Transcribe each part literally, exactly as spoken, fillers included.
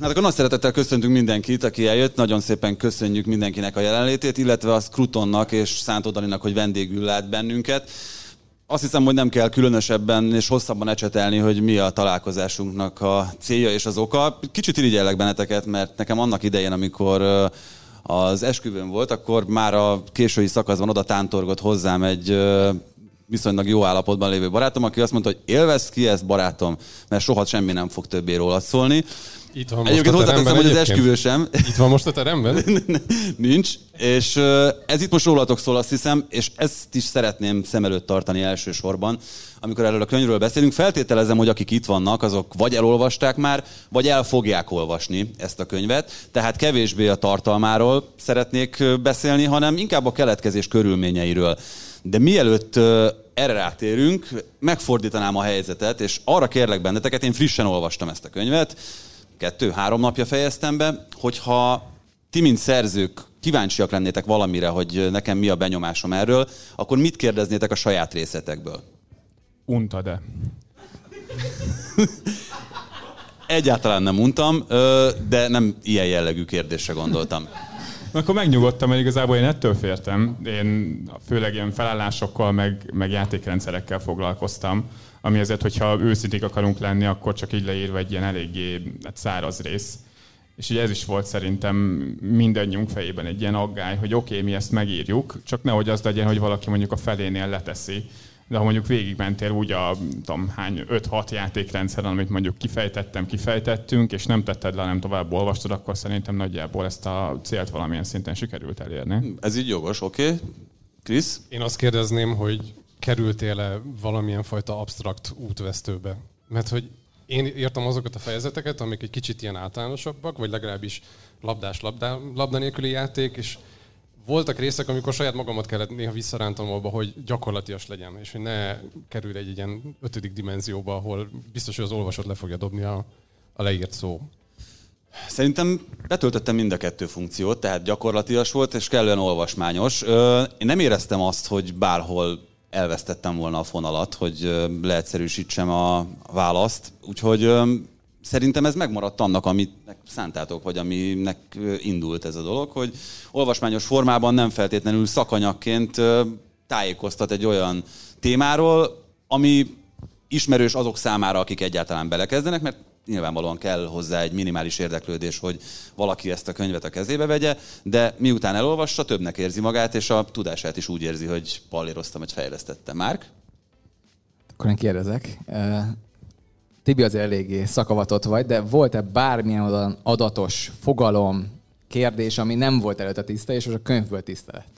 Hát akkor nagy szeretettel köszöntünk mindenkit, aki eljött. Nagyon szépen köszönjük mindenkinek a jelenlétét, illetve a Scrutonnak és Szántó Daninak, hogy vendégül lát bennünket. Azt hiszem, hogy nem kell különösebben és hosszabban ecsetelni, hogy mi a találkozásunknak a célja és az oka. Kicsit irigyellek benneteket, mert nekem annak idején, amikor az esküvőn volt, akkor már a késői szakaszban oda tántorgott hozzám egy viszonylag jó állapotban lévő barátom, aki azt mondta, hogy élvezd ki ezt, barátom, mert soha semmi nem fog többé rólad szólni. Itt van most egyébként a teremben, hogy az esküvő sem. Itt van most a teremben? Nincs, és ez itt most rólatok szól, azt hiszem, és ezt is szeretném szem előtt tartani elsősorban, amikor erről a könyvről beszélünk. Feltételezem, hogy akik itt vannak, azok vagy elolvasták már, vagy el fogják olvasni ezt a könyvet, tehát kevésbé a tartalmáról szeretnék beszélni, hanem inkább a keletkezés körülményeiről. De mielőtt erre rátérünk, megfordítanám a helyzetet, és arra kérlek benneteket, én frissen olvastam ezt a könyvet, kettő-három napja fejeztem be, hogyha ti, mint szerzők kíváncsiak lennétek valamire, hogy nekem mi a benyomásom erről, akkor mit kérdeznétek a saját részletekből? Untad-e? Egyáltalán nem untam, de nem ilyen jellegű kérdésre gondoltam. Akkor megnyugodtam, mert igazából én ettől féltem. Én főleg ilyen felállásokkal, meg, meg játékrendszerekkel foglalkoztam, ami azért, hogyha őszinték akarunk lenni, akkor csak így leírva egy ilyen eléggé hát száraz rész. És ugye ez is volt szerintem mindannyiunk fejében egy ilyen aggály, hogy oké, okay, mi ezt megírjuk, csak nehogy az legyen, hogy valaki mondjuk a felénél leteszi. De ha mondjuk végigmentél úgy a tudom, hány, öt-hat játékrendszeren, amit mondjuk kifejtettem, kifejtettünk, és nem tetted le, nem tovább olvastad, akkor szerintem nagyjából ezt a célt valamilyen szinten sikerült elérni. Ez így jogos, oké. Okay. Krisz? Én azt kérdezném, hogy kerültél-e valamilyen fajta absztrakt útvesztőbe? Mert hogy én írtam azokat a fejezeteket, amik egy kicsit ilyen általánosabbak, vagy legalábbis labdás labdá, labda nélküli játék, és voltak részek, amikor saját magamat kellett néha visszarántanom abba, hogy gyakorlatias legyen, és hogy ne kerülj egy ilyen ötödik dimenzióba, ahol biztos, hogy az olvasót le fogja dobni a, a leírt szó. Szerintem betöltöttem mind a kettő funkciót, tehát gyakorlatias volt, és kellően olvasmányos. Én nem éreztem azt, hogy bárhol elvesztettem volna a fonalat, hogy leegyszerűsítsem a választ, úgyhogy szerintem ez megmaradt annak, amit szántátok, vagy aminek indult ez a dolog, hogy olvasmányos formában nem feltétlenül szakanyagként tájékoztat egy olyan témáról, ami ismerős azok számára, akik egyáltalán belekezdenek, mert nyilvánvalóan kell hozzá egy minimális érdeklődés, hogy valaki ezt a könyvet a kezébe vegye, de miután elolvassa, többnek érzi magát, és a tudását is úgy érzi, hogy palléroztam, hogy fejlesztettem. Márk? Akkor én kérdezek. Tibi azért eléggé szakavatott vagy, de volt-e bármilyen adatos fogalom, kérdés, ami nem volt előtte tiszta, és most a könyvből tiszta lett?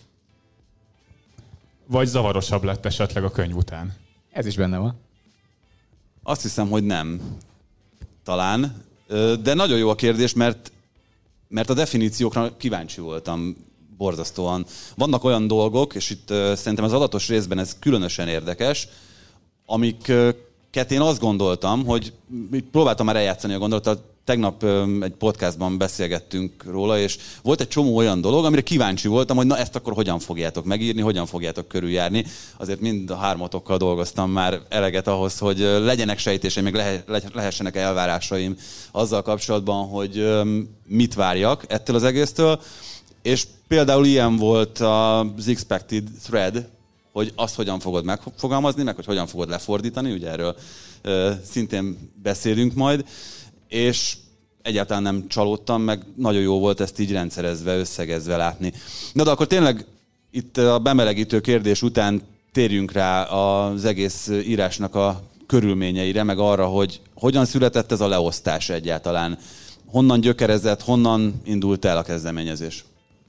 Vagy zavarosabb lett esetleg a könyv után? Ez is benne van. Azt hiszem, hogy nem. Talán. De nagyon jó a kérdés, mert, mert a definíciókra kíváncsi voltam borzasztóan. Vannak olyan dolgok, és itt szerintem az adatos részben ez különösen érdekes, amiket én azt gondoltam, hogy próbáltam már eljátszani a gondolatot, tegnap egy podcastban beszélgettünk róla, és volt egy csomó olyan dolog, amire kíváncsi voltam, hogy na ezt akkor hogyan fogjátok megírni, hogyan fogjátok körüljárni. Azért mind a hármatokkal dolgoztam már eleget ahhoz, hogy legyenek sejtéseim, meg lehe, lehessenek elvárásaim azzal kapcsolatban, hogy mit várjak ettől az egésztől. És például ilyen volt az Expected Thread, hogy azt hogyan fogod megfogalmazni, meg hogy hogyan fogod lefordítani, ugye erről szintén beszélünk majd. És egyáltalán nem csalódtam, meg nagyon jó volt ezt így rendszerezve, összegezve látni. Na de akkor tényleg itt a bemelegítő kérdés után térjünk rá az egész írásnak a körülményeire, meg arra, hogy hogyan született ez a leosztás egyáltalán. Honnan gyökerezett, honnan indult el a kezdeményezés?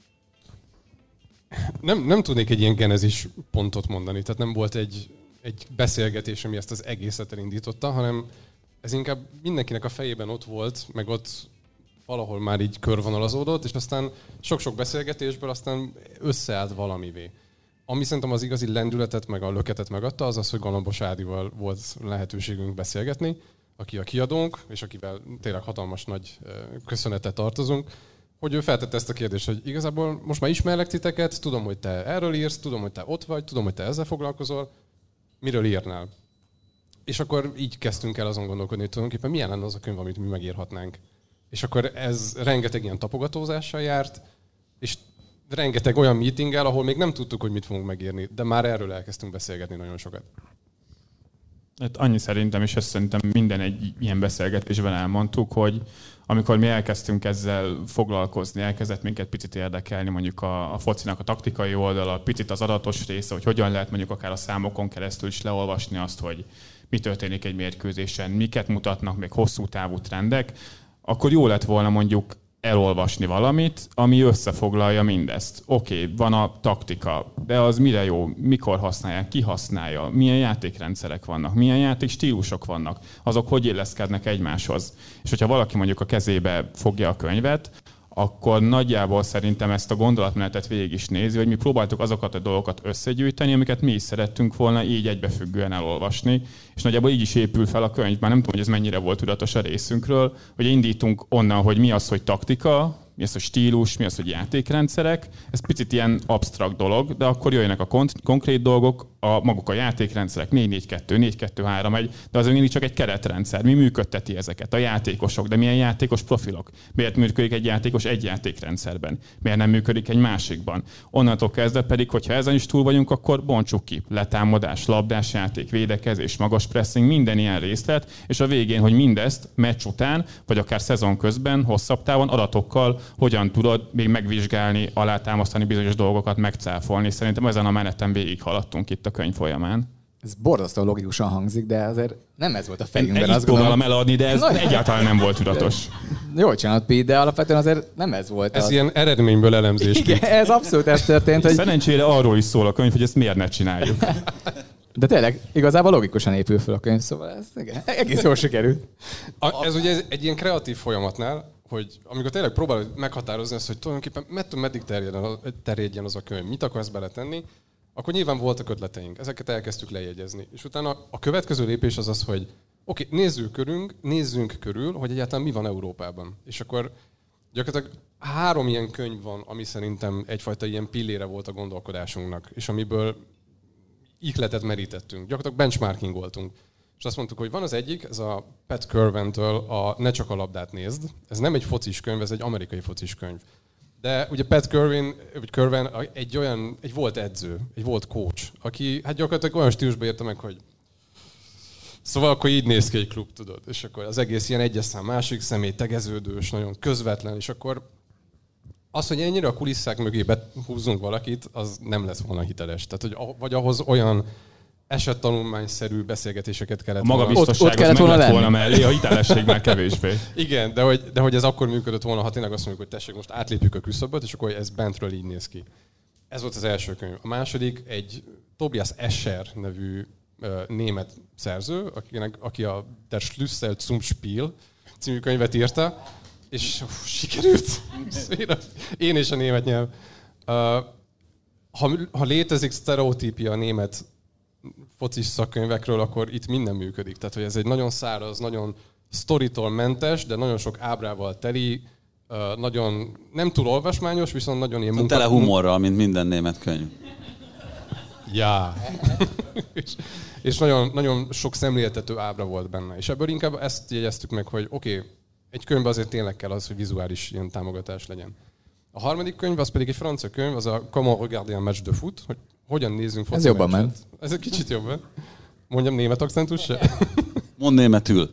Nem, nem tudnék egy ilyen genezis pontot mondani, tehát nem volt egy, egy beszélgetés, ami ezt az egészet elindította, hanem ez inkább mindenkinek a fejében ott volt, meg ott valahol már így körvonalazódott, és aztán sok-sok beszélgetésből aztán összeállt valamivé. Ami szerintem az igazi lendületet, meg a löketet megadta, az az, hogy Galambos Ádival volt lehetőségünk beszélgetni, aki a kiadónk, és akivel tényleg hatalmas nagy köszönetet tartozunk, hogy ő feltette ezt a kérdést, hogy igazából most már ismerlek titeket, tudom, hogy te erről írsz, tudom, hogy te ott vagy, tudom, hogy te ezzel foglalkozol, miről írnál? És akkor így kezdtünk el azon gondolkodni, hogy tulajdonképpen milyen lenne az a könyv, amit mi megírhatnánk. És akkor ez rengeteg ilyen tapogatózással járt, és rengeteg olyan meetinggel, ahol még nem tudtuk, hogy mit fogunk megírni, de már erről elkezdtünk beszélgetni nagyon sokat. Hát annyi szerintem, és ezt szerintem minden egy ilyen beszélgetésben elmondtuk, hogy amikor mi elkezdtünk ezzel foglalkozni, elkezdett minket picit érdekelni mondjuk a, a focinak a taktikai oldala, picit az adatos része, hogy hogyan lehet mondjuk akár a számokon keresztül is leolvasni azt, hogy mi történik egy mérkőzésen, miket mutatnak még hosszú távú trendek, akkor jó lett volna mondjuk elolvasni valamit, ami összefoglalja mindezt. Oké, okay, van a taktika, de az mire jó, mikor használják, ki használja, milyen játékrendszerek vannak, milyen játékstílusok vannak, azok hogy illeszkednek egymáshoz. És hogyha valaki mondjuk a kezébe fogja a könyvet, akkor nagyjából szerintem ezt a gondolatmenetet végig is nézi, hogy mi próbáltuk azokat a dolgokat összegyűjteni, amiket mi is szerettünk volna így egybefüggően elolvasni, és nagyjából így is épül fel a könyv. Már nem tudom, hogy ez mennyire volt tudatos a részünkről, hogy indítunk onnan, hogy mi az, hogy taktika, mi az, hogy stílus, mi az, hogy játékrendszerek. Ez picit ilyen absztrakt dolog, de akkor jöjjenek a kon- konkrét dolgok, a maguk a játékrendszerek, négy négy kettő, négy kettő három egy, de az mindig csak egy keretrendszer. Mi működteti ezeket? A játékosok, de milyen játékos profilok? Miért működik egy játékos egy játékrendszerben? Miért nem működik egy másikban? Onnantól kezdve pedig, hogyha ezen is túl vagyunk, akkor bontsuk ki. Letámadás, labdás játék, védekezés, magas pressing, minden ilyen részlet, és a végén, hogy mindezt meccs után, vagy akár szezon közben, hosszabb távon adatokkal hogyan tudod még megvizsgálni, alátámasztani bizonyos dolgokat, megcáfolni. Szerintem ezen a meneten végig haladtunk itt a könyv folyamán. Ez borzasztóan logikusan hangzik, de azért nem ez volt a fejünkben. Én így próbálom eladni, de ez Nagy... egyáltalán nem volt tudatos. Jól csinálod, Pete, de alapvetően azért nem ez volt. Ez az... ilyen eredményből elemzés. Igen, ez abszolút ez történt. Hogy... Szerencsére arról is szól a könyv, hogy ezt miért ne csináljuk. De tényleg, igazából logikusan épül fel a könyv, szóval ez igen, egész jól sikerült. A, ez ugye egy ilyen kreatív folyamatnál, hogy amikor tényleg próbálod meghatározni ezt, hogy tulajdonképpen mettől meddig terjedjen, terjedjen az a könyv, mit akarsz beletenni, akkor nyilván voltak ötleteink, ezeket elkezdtük lejegyezni. És utána a következő lépés az az, hogy oké, okay, nézzünk körül, nézzünk körül, hogy egyáltalán mi van Európában. És akkor gyakorlatilag három ilyen könyv van, ami szerintem egyfajta ilyen pillére volt a gondolkodásunknak, és amiből ihletet merítettünk. Gyakorlatilag benchmarking voltunk. És azt mondtuk, hogy van az egyik, ez a Pat Kirwan-től a Ne csak a labdát nézd. Ez nem egy focis könyv, ez egy amerikai focis könyv. De ugye Pat Kirwan, vagy Kirwan egy olyan, egy volt edző, egy volt coach, aki hát gyakorlatilag olyan stílusba érte meg, hogy szóval akkor így néz ki egy klub, tudod. És akkor az egész ilyen egyes szám másik személy, tegeződős, nagyon közvetlen, és akkor az, hogy ennyire a kulisszák mögé behúzzunk valakit, az nem lesz volna hiteles. Tehát, hogy vagy ahhoz olyan esettanulmányszerű beszélgetéseket kellett volna. A magabiztosság az meg volna lett volna mellé, a hitelesség már kevésbé. Igen, de hogy, de hogy ez akkor működött volna, ha tényleg azt mondjuk, hogy tessék, most átlépjük a küszöböt, és akkor ez bentről így néz ki. Ez volt az első könyv. A második egy Tobias Escher nevű uh, német szerző, akinek, aki a Der Schlüssel zum Spiel című könyvet írta, és uff, sikerült. Én és a német nyelv. Uh, ha, ha létezik sztereotípia a német focis szakkönyvekről, akkor itt minden működik. Tehát, hogy ez egy nagyon száraz, nagyon sztoritól mentes, de nagyon sok ábrával teli, uh, nagyon nem túl olvasmányos, viszont nagyon ilyen munka... Tele humorral, mint minden német könyv. Ja. és és nagyon, nagyon sok szemléltető ábra volt benne. És ebből inkább ezt jegyeztük meg, hogy oké, okay, egy könyvben azért tényleg kell az, hogy vizuális ilyen támogatás legyen. A harmadik könyv, az pedig egy francia könyv, az a Comment regarder un match de foot, hogy hogyan nézzünk foci Ez jobban ment. Ez egy kicsit jobban. Mondjam német akcentus se? Mondd németül.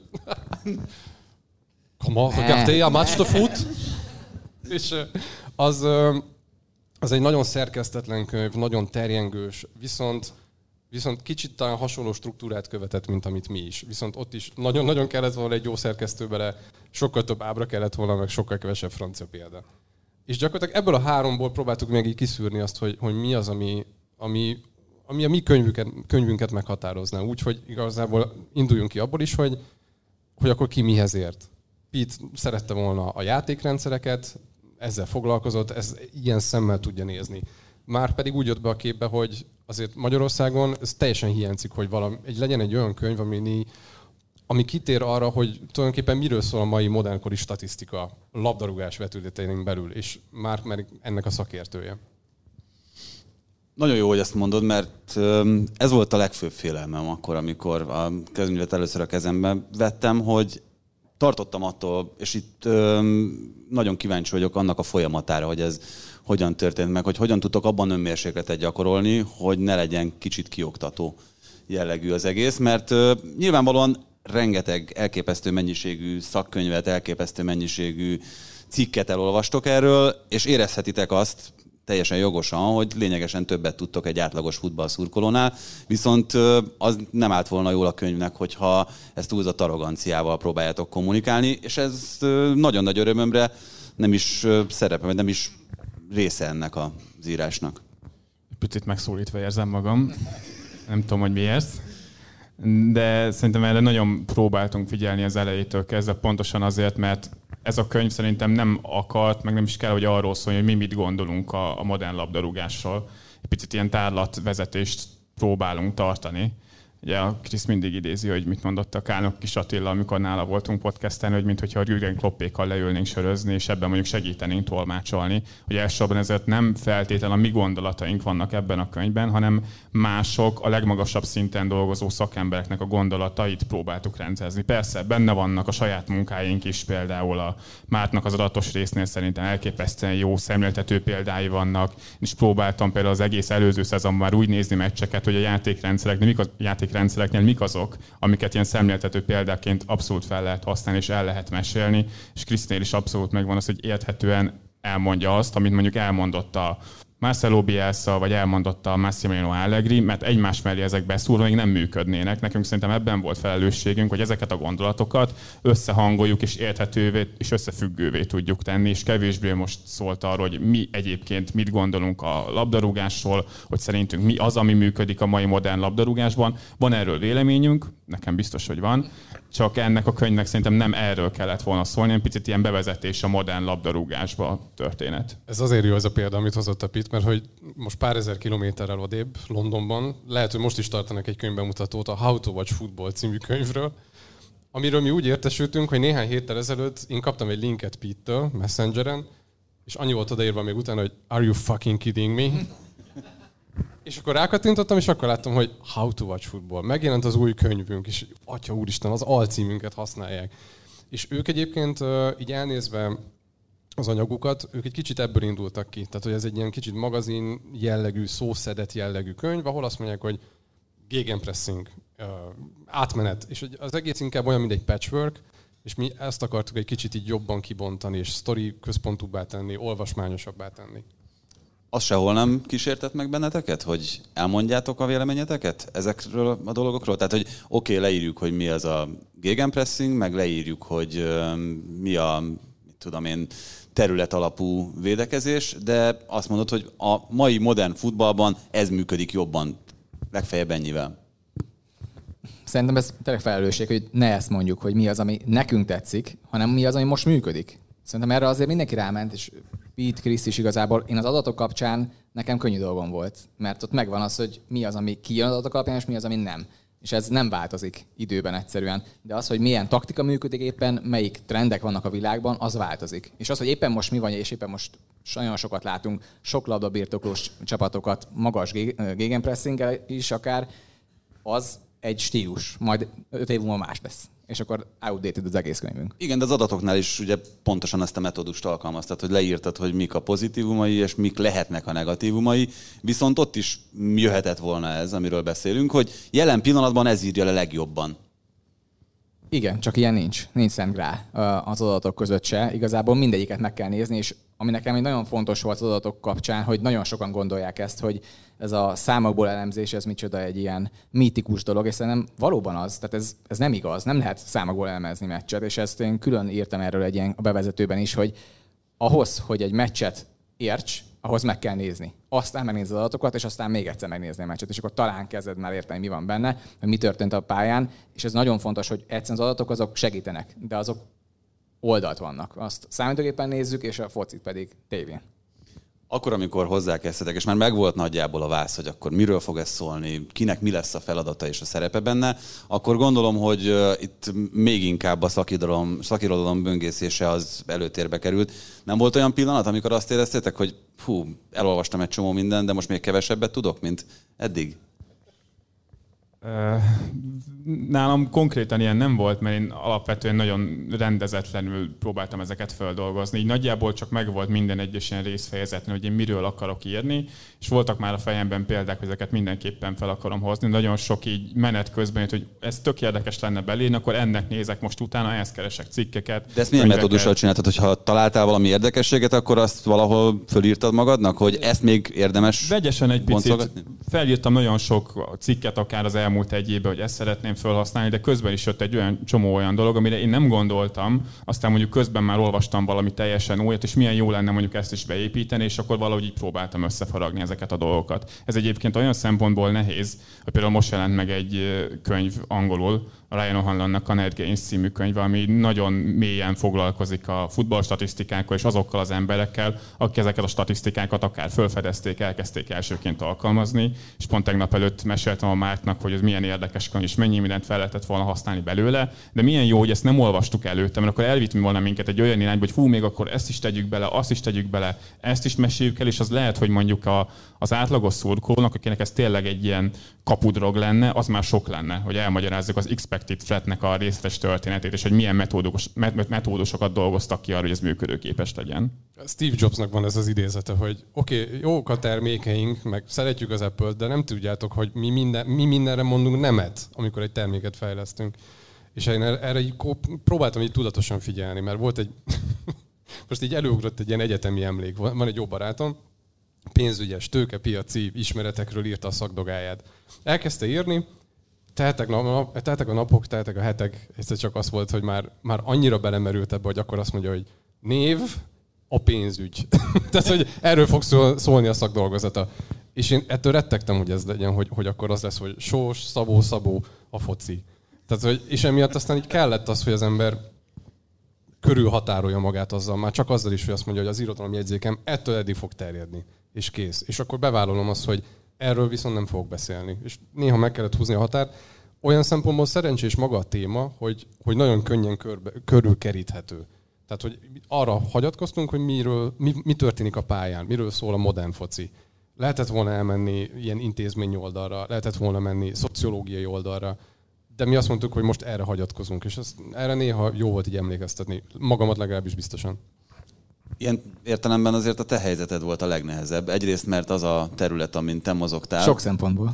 Comment regarder un match de foot? És az, az egy nagyon szerkesztetlen könyv, nagyon terjengős, viszont Viszont kicsit talán hasonló struktúrát követett, mint amit mi is. Viszont ott is nagyon-nagyon kellett volna egy jó szerkesztő bele, sokkal több ábra kellett volna, meg sokkal kevesebb francia példa. És gyakorlatilag ebből a háromból próbáltuk meg így kiszűrni azt, hogy, hogy mi az, ami, ami, ami a mi könyvünket, könyvünket meghatározná. Úgyhogy igazából induljunk ki abból is, hogy, hogy akkor ki mihez ért. Pete szerette volna a játékrendszereket, ezzel foglalkozott, ez ilyen szemmel tudja nézni. Már pedig úgy jött be a képbe, hogy azért Magyarországon ez teljesen hiányzik, hogy valami, egy, legyen egy olyan könyv, ami, ami kitér arra, hogy tulajdonképpen miről szól a mai modernkori statisztika labdarúgás vetületeinek belül, és már meg ennek a szakértője. Nagyon jó, hogy ezt mondod, mert ez volt a legfőbb félelmem akkor, amikor a könyvet először a kezembe vettem, hogy tartottam attól, és itt ö, nagyon kíváncsi vagyok annak a folyamatára, hogy ez hogyan történt meg, hogy hogyan tudtok abban önmérsékletet gyakorolni, hogy ne legyen kicsit kioktató jellegű az egész, mert ö, nyilvánvalóan rengeteg elképesztő mennyiségű szakkönyvet, elképesztő mennyiségű cikket elolvastok erről, és érezhetitek azt teljesen jogosan, hogy lényegesen többet tudtok egy átlagos futballszurkolónál, viszont az nem állt volna jól a könyvnek, hogyha ezt túlzott arroganciával próbáljátok kommunikálni, és ez nagyon nagy örömömre nem is szerepe, vagy nem is része ennek az írásnak. Picit megszólítva érzem magam. Nem tudom, hogy miért. De szerintem erre nagyon próbáltunk figyelni az elejétől kezdve, pontosan azért, mert ez a könyv szerintem nem akart, meg nem is kell, hogy arról szóljon, hogy mi mit gondolunk a, a modern labdarúgásról. Egy picit ilyen tárlatvezetést próbálunk tartani. Ugye a Krisz mindig idézi, hogy mit mondott a Kálnok Kis Attila, amikor nála voltunk podcasten, hogy mintha a Jürgen Kloppékkal leülnénk sörözni, és ebben mondjuk segítenénk tolmácsolni. Hogy elsősorban ezért nem feltétlenül a mi gondolataink vannak ebben a könyvben, hanem mások, a legmagasabb szinten dolgozó szakembereknek a gondolatait próbáltuk rendezni. Persze, benne vannak a saját munkáink is, például a Mártnak az adatos résznél szerintem elképesztően jó szemléltető példái vannak, és próbáltam például az egész előző szezonban már úgy nézni meccseket, hogy a játékrendszerek, de mik a játék rendszereknél mik azok, amiket ilyen szemléltető példáként abszolút fel lehet használni, és el lehet mesélni, és Krisznél is abszolút megvan az, hogy érthetően elmondja azt, amit mondjuk elmondott a Marcelo Bielsa, vagy elmondotta a Massimiliano Allegri, mert egymás mellé ezek beszúrva még nem működnének. Nekünk szerintem ebben volt felelősségünk, hogy ezeket a gondolatokat összehangoljuk, és érthetővé, és összefüggővé tudjuk tenni, és kevésbé most szólt arról, hogy mi egyébként mit gondolunk a labdarúgásról, hogy szerintünk mi az, ami működik a mai modern labdarúgásban. Van erről véleményünk, nekem biztos, hogy van, csak ennek a könyvnek szerintem nem erről kellett volna szólni, hanem picit ilyen bevezetés a modern labdarúgásba történet. Ez azért jó ez a példa, amit hozott a Pit, mert hogy most pár ezer kilométerrel odébb, Londonban, lehet, hogy most is tartanak egy könyvbemutatót a How to Watch Football című könyvről, amiről mi úgy értesültünk, hogy néhány héttel ezelőtt én kaptam egy linket Pittől, Messengeren, és annyi volt odaírva még utána, hogy Are you fucking kidding me? És akkor rákattintottam, és akkor láttam, hogy How to Watch Football. Megjelent az új könyvünk, és atya úristen, az alcímünket használják. És ők egyébként így elnézve az anyagukat, ők egy kicsit ebből indultak ki. Tehát, hogy ez egy ilyen kicsit magazin jellegű, szószedett jellegű könyv, ahol azt mondják, hogy gegenpressing, átmenet. És az egész inkább olyan, mint egy patchwork, és mi ezt akartuk egy kicsit így jobban kibontani, és sztori központúbbá tenni, olvasmányosabbá tenni. Az sehol nem kísértett meg benneteket, hogy elmondjátok a véleményeteket ezekről a dolgokról? Tehát, hogy oké, okay, leírjuk, hogy mi az a gegenpressing, meg leírjuk, hogy uh, mi a, mit tudom én, terület alapú védekezés, de azt mondod, hogy a mai modern futballban ez működik jobban, legfeljebb ennyivel. Szerintem ez tényleg felelősség, hogy ne ezt mondjuk, hogy mi az, ami nekünk tetszik, hanem mi az, ami most működik. Szerintem erre azért mindenki ráment, és Pete, Krisz is igazából. Én az adatok kapcsán nekem könnyű dolgom volt, mert ott megvan az, hogy mi az, ami kijön az adatok alapján, és mi az, ami nem. És ez nem változik időben egyszerűen. De az, hogy milyen taktika működik éppen, melyik trendek vannak a világban, az változik. És az, hogy éppen most mi van, és éppen most nagyon sokat látunk, sok labdabirtoklós csapatokat, magas gegenpressinggel is akár, az egy stílus. Majd öt év múlva más lesz. És akkor outdated az egész könyvünk. Igen, de az adatoknál is ugye pontosan ezt a metódust alkalmaztad, hogy leírtad, hogy mik a pozitívumai, és mik lehetnek a negatívumai, viszont ott is jöhetett volna ez, amiről beszélünk, hogy jelen pillanatban ez írja le legjobban. Igen, csak ilyen nincs. Nincs szent grál az adatok között se. Igazából mindegyiket meg kell nézni, és ami nekem egy nagyon fontos volt az adatok kapcsán, hogy nagyon sokan gondolják ezt, hogy ez a számokból elemzés, ez micsoda egy ilyen mítikus dolog, és szerintem valóban az, tehát ez, ez nem igaz, nem lehet számokból elemezni meccset, és ezt én külön írtam erről egy ilyen a bevezetőben is, hogy ahhoz, hogy egy meccset érts, ahhoz meg kell nézni. Aztán megnézed az adatokat, és aztán még egyszer megnézni a meccset, és akkor talán kezded már érteni, mi van benne, hogy mi történt a pályán, és ez nagyon fontos, hogy egyszerűen az adatok azok segítenek, de azok oldalt vannak. Azt számítógépen nézzük, és a focit pedig tévén. Akkor, amikor hozzákezdtetek, és már megvolt nagyjából a vász, hogy akkor miről fog ez szólni, kinek mi lesz a feladata és a szerepe benne, akkor gondolom, hogy uh, itt még inkább a szakirodalom, szakirodalom böngészése az előtérbe került. Nem volt olyan pillanat, amikor azt éreztétek, hogy hú, elolvastam egy csomó mindent, de most még kevesebbet tudok, mint eddig? Nálam konkrétan ilyen nem volt, mert én alapvetően nagyon rendezetlenül próbáltam ezeket feldolgozni. Így nagyjából csak megvolt minden egyes ilyen részfejezetnél, hogy én miről akarok írni, és voltak már a fejemben példák, hogy ezeket mindenképpen fel akarom hozni. Nagyon sok így menet közben, hogy ez tök érdekes lenne belépni, akkor ennek nézek most utána, ehhez keresek cikkeket. De ezt milyen metódussal csináltad, hogyha találtál valami érdekességet, akkor azt valahol fölírtad magadnak, hogy ezt még érdemes vegyesen egy picit boncolgatni? Felírtam nagyon sok cikket, akár az elmúlt egy évben, hogy ezt szeretném felhasználni, de közben is jött egy olyan csomó olyan dolog, amire én nem gondoltam, aztán mondjuk közben már olvastam valami teljesen újat, és milyen jó lenne mondjuk ezt is beépíteni, és akkor valahogy így próbáltam összefaragni ezeket a dolgokat. Ez egyébként olyan szempontból nehéz, hogy például most jelent meg egy könyv angolul, a Ryan O'Hanlonnak a Net Gains című könyve, ami nagyon mélyen foglalkozik a futballstatisztikákkal és azokkal az emberekkel, akik ezeket a statisztikákat akár felfedezték, elkezdték elsőként alkalmazni, és pont tegnap előtt meséltem a Márknak, hogy ez milyen érdekes könyv, és mennyi mindent fel lehetett volna használni belőle, de milyen jó, hogy ezt nem olvastuk előtte, mert akkor elvitt volna minket egy olyan irányba, hogy fú, még akkor ezt is tegyük bele, azt is tegyük bele, ezt is meséljük el, és az lehet, hogy mondjuk a, az átlagos szurkolónak, akinek ez tényleg egy ilyen kapudrog lenne, az már sok lenne, hogy elmagyarázzuk az expected threatnek a részletes történetét, és hogy milyen metódus, metódusokat dolgoztak ki arra, hogy ez működőképes legyen. Steve Jobsnak van ez az idézete, hogy oké, okay, jók a termékeink, meg szeretjük az Apple-t, de nem tudjátok, hogy mi, minden, mi mindenre mondunk nemet, amikor egy terméket fejlesztünk. És én erre így próbáltam így tudatosan figyelni, mert volt egy... Most így előugrott egy ilyen egyetemi emlék. Van egy jó barátom, pénzügyes, tőkepiaci ismeretekről írta a szakdogáját. Elkezdte írni, teltek, nap, teltek a napok, teltek a hetek, egyszer csak az volt, hogy már, már annyira belemerült ebbe, hogy akkor azt mondja, hogy név, a pénzügy. Tehát, hogy erről fog szólni a szakdolgozata. És én ettől rettegtem, hogy ez legyen, hogy, hogy akkor az lesz, hogy sós, szabó, szabó, a foci. Tehát, hogy, és emiatt aztán így kellett az, hogy az ember körülhatárolja magát azzal, már csak azzal is, hogy azt mondja, hogy az irodalomjegyzékem ettől eddig fog terjedni, és kész. És akkor bevállalom azt, hogy erről viszont nem fogok beszélni. És néha meg kellett húzni a határt. Olyan szempontból szerencsés maga a téma, hogy, hogy nagyon könnyen körbe, körülkeríthető. Tehát, hogy arra hagyatkoztunk, hogy miről, mi, mi történik a pályán, miről szól a modern foci. Lehetett volna elmenni ilyen intézmény oldalra, lehetett volna menni szociológiai oldalra, de mi azt mondtuk, hogy most erre hagyatkozunk, és ezt, erre néha jó volt így emlékeztetni. Magamat legalábbis biztosan. Ilyen értelemben azért a te helyzeted volt a legnehezebb. Egyrészt, mert az a terület, amin te mozogtál. Sok szempontból.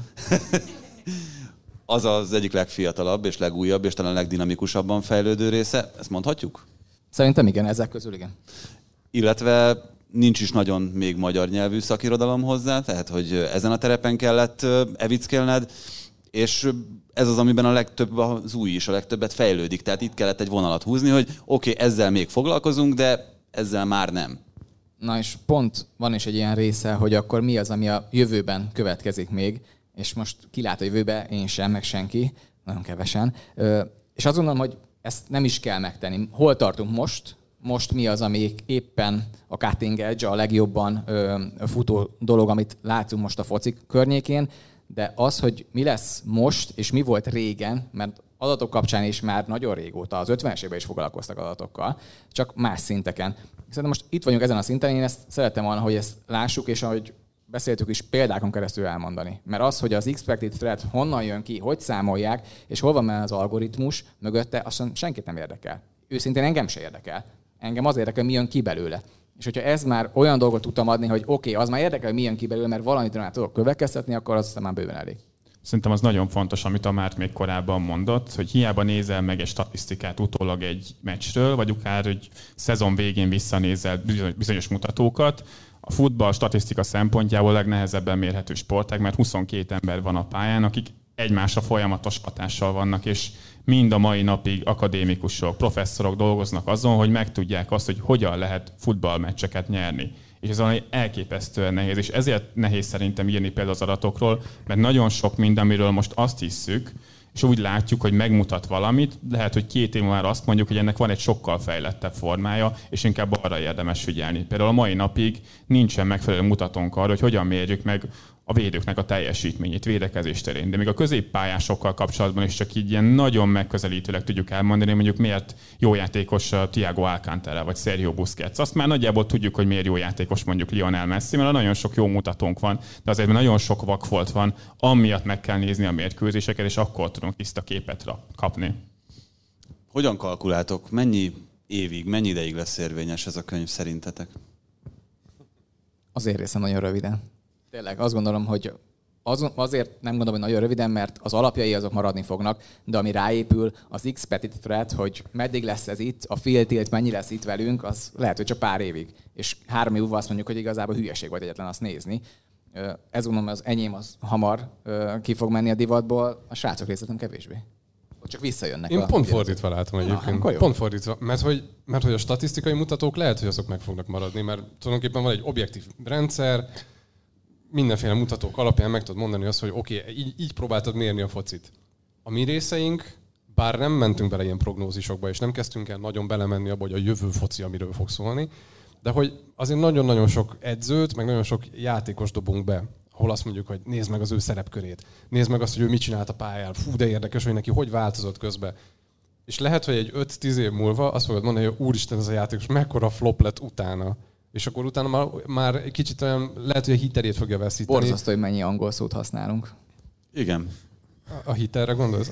Az az egyik legfiatalabb és legújabb és talán legdinamikusabban fejlődő része. Ezt mondhatjuk? Szerintem igen, ezek közül igen. Illetve nincs is nagyon még magyar nyelvű szakirodalom hozzá, tehát hogy ezen a terepen kellett evickélned, és ez az, amiben a legtöbb az új is, a legtöbbet fejlődik. Tehát itt kellett egy vonalat húzni, hogy oké, okay, ezzel még foglalkozunk, de ezzel már nem. Na és pont van is egy ilyen része, hogy akkor mi az, ami a jövőben következik még, és most kilát a jövőbe, én sem, meg senki, nagyon kevesen. És azt gondolom, hogy ezt nem is kell megtenni. Hol tartunk most? Most mi az, ami éppen a cutting edge, a legjobban futó dolog, amit látsunk most a foci környékén, de az, hogy mi lesz most, és mi volt régen, mert adatok kapcsán is már nagyon régóta, az ötvenes évben is foglalkoztak adatokkal, csak más szinteken. Szerintem most itt vagyunk ezen a szinten, én ezt szerettem volna, hogy ezt lássuk, és ahogy beszéltük is, példákon keresztül elmondani. Mert az, hogy az expected threat honnan jön ki, hogy számolják, és hol van már az algoritmus mögötte, azt senkit nem érdekel. Őszintén engem se érdekel. Engem az érdekel, mi jön ki belőle. És hogyha ez már olyan dolgot tudtam adni, hogy oké, okay, az már érdekel, hogy mi jön ki belőle, mert valamit már tudok következtetni, akkor az már bőven elég. Szerintem az nagyon fontos, amit a Márt még korábban mondott, hogy hiába nézel meg egy statisztikát utólag egy meccsről, vagy akár hogy szezon végén visszanézel bizonyos mutatókat. A futball statisztika szempontjából legnehezebben mérhető sportág, mert huszonkét ember van a pályán, akik egymásra folyamatos hatással vannak, és mind a mai napig akadémikusok, professzorok dolgoznak azon, hogy megtudják azt, hogy hogyan lehet futballmeccseket nyerni. És ez valami elképesztően nehéz, és ezért nehéz szerintem írni például az adatokról, mert nagyon sok minden, amiről most azt hisszük, és úgy látjuk, hogy megmutat valamit, lehet, hogy két év már azt mondjuk, hogy ennek van egy sokkal fejlettebb formája, és inkább arra érdemes figyelni. Például a mai napig nincsen megfelelő mutatónk arra, hogy hogyan mérjük meg a védőknek a teljesítményét, védekezés terén. De még a középpályásokkal kapcsolatban is csak így ilyen nagyon megközelítőleg tudjuk elmondani, mondjuk miért jó játékos Thiago Alcántara vagy Sergio Busquets. Azt már nagyjából tudjuk, hogy miért jó játékos mondjuk Lionel Messi, mert nagyon sok jó mutatónk van, de azért nagyon sok vakfolt van, amiatt meg kell nézni a mérkőzéseket, és akkor tudunk tiszta képet kapni. Hogyan kalkuláltok? Mennyi évig, mennyi ideig lesz érvényes ez a könyv szerintetek? Azért részem nagyon röviden. Tényleg azt gondolom, hogy az, azért nem gondolom, hogy nagyon röviden, mert az alapjai azok maradni fognak, de ami ráépül, az X-Petit threat, hogy meddig lesz ez itt, a Phil Tilt mennyi lesz itt velünk, az lehet, hogy csak pár évig. És három év múlva azt mondjuk, hogy igazából hülyeség volt egyetlen azt nézni. Ez gondolom, az enyém az hamar ki fog menni a divatból, a srácok részletem kevésbé. Csak visszajönnek. Én pont fordítva látom egyébként. Na, pont fordítva, mert hogy, mert hogy a statisztikai mutatók lehet, hogy azok meg fognak maradni, mert tulajdonképpen van egy objektív rendszer, mindenféle mutatók alapján meg tudod mondani azt, hogy oké, okay, így, így próbáltad mérni a focit. A mi részeink, bár nem mentünk bele ilyen prognózisokba, és nem kezdtünk el nagyon belemenni abba, hogy a jövő foci, amiről fog szólni, de hogy azért nagyon-nagyon sok edzőt, meg nagyon sok játékos dobunk be, ahol azt mondjuk, hogy nézd meg az ő szerepkörét, nézd meg azt, hogy ő mit csinált a pályán, fú, de érdekes, hogy neki hogy változott közben. És lehet, hogy egy öt-tíz év múlva azt fogod mondani, hogy úristen, ez a játékos mekkora flop lett utána. És akkor utána már, már egy kicsit olyan, lehet, hogy a hitelét fogja veszíteni. Borzasztó, hogy mennyi angol szót használunk. Igen. A, a hitelre gondolsz?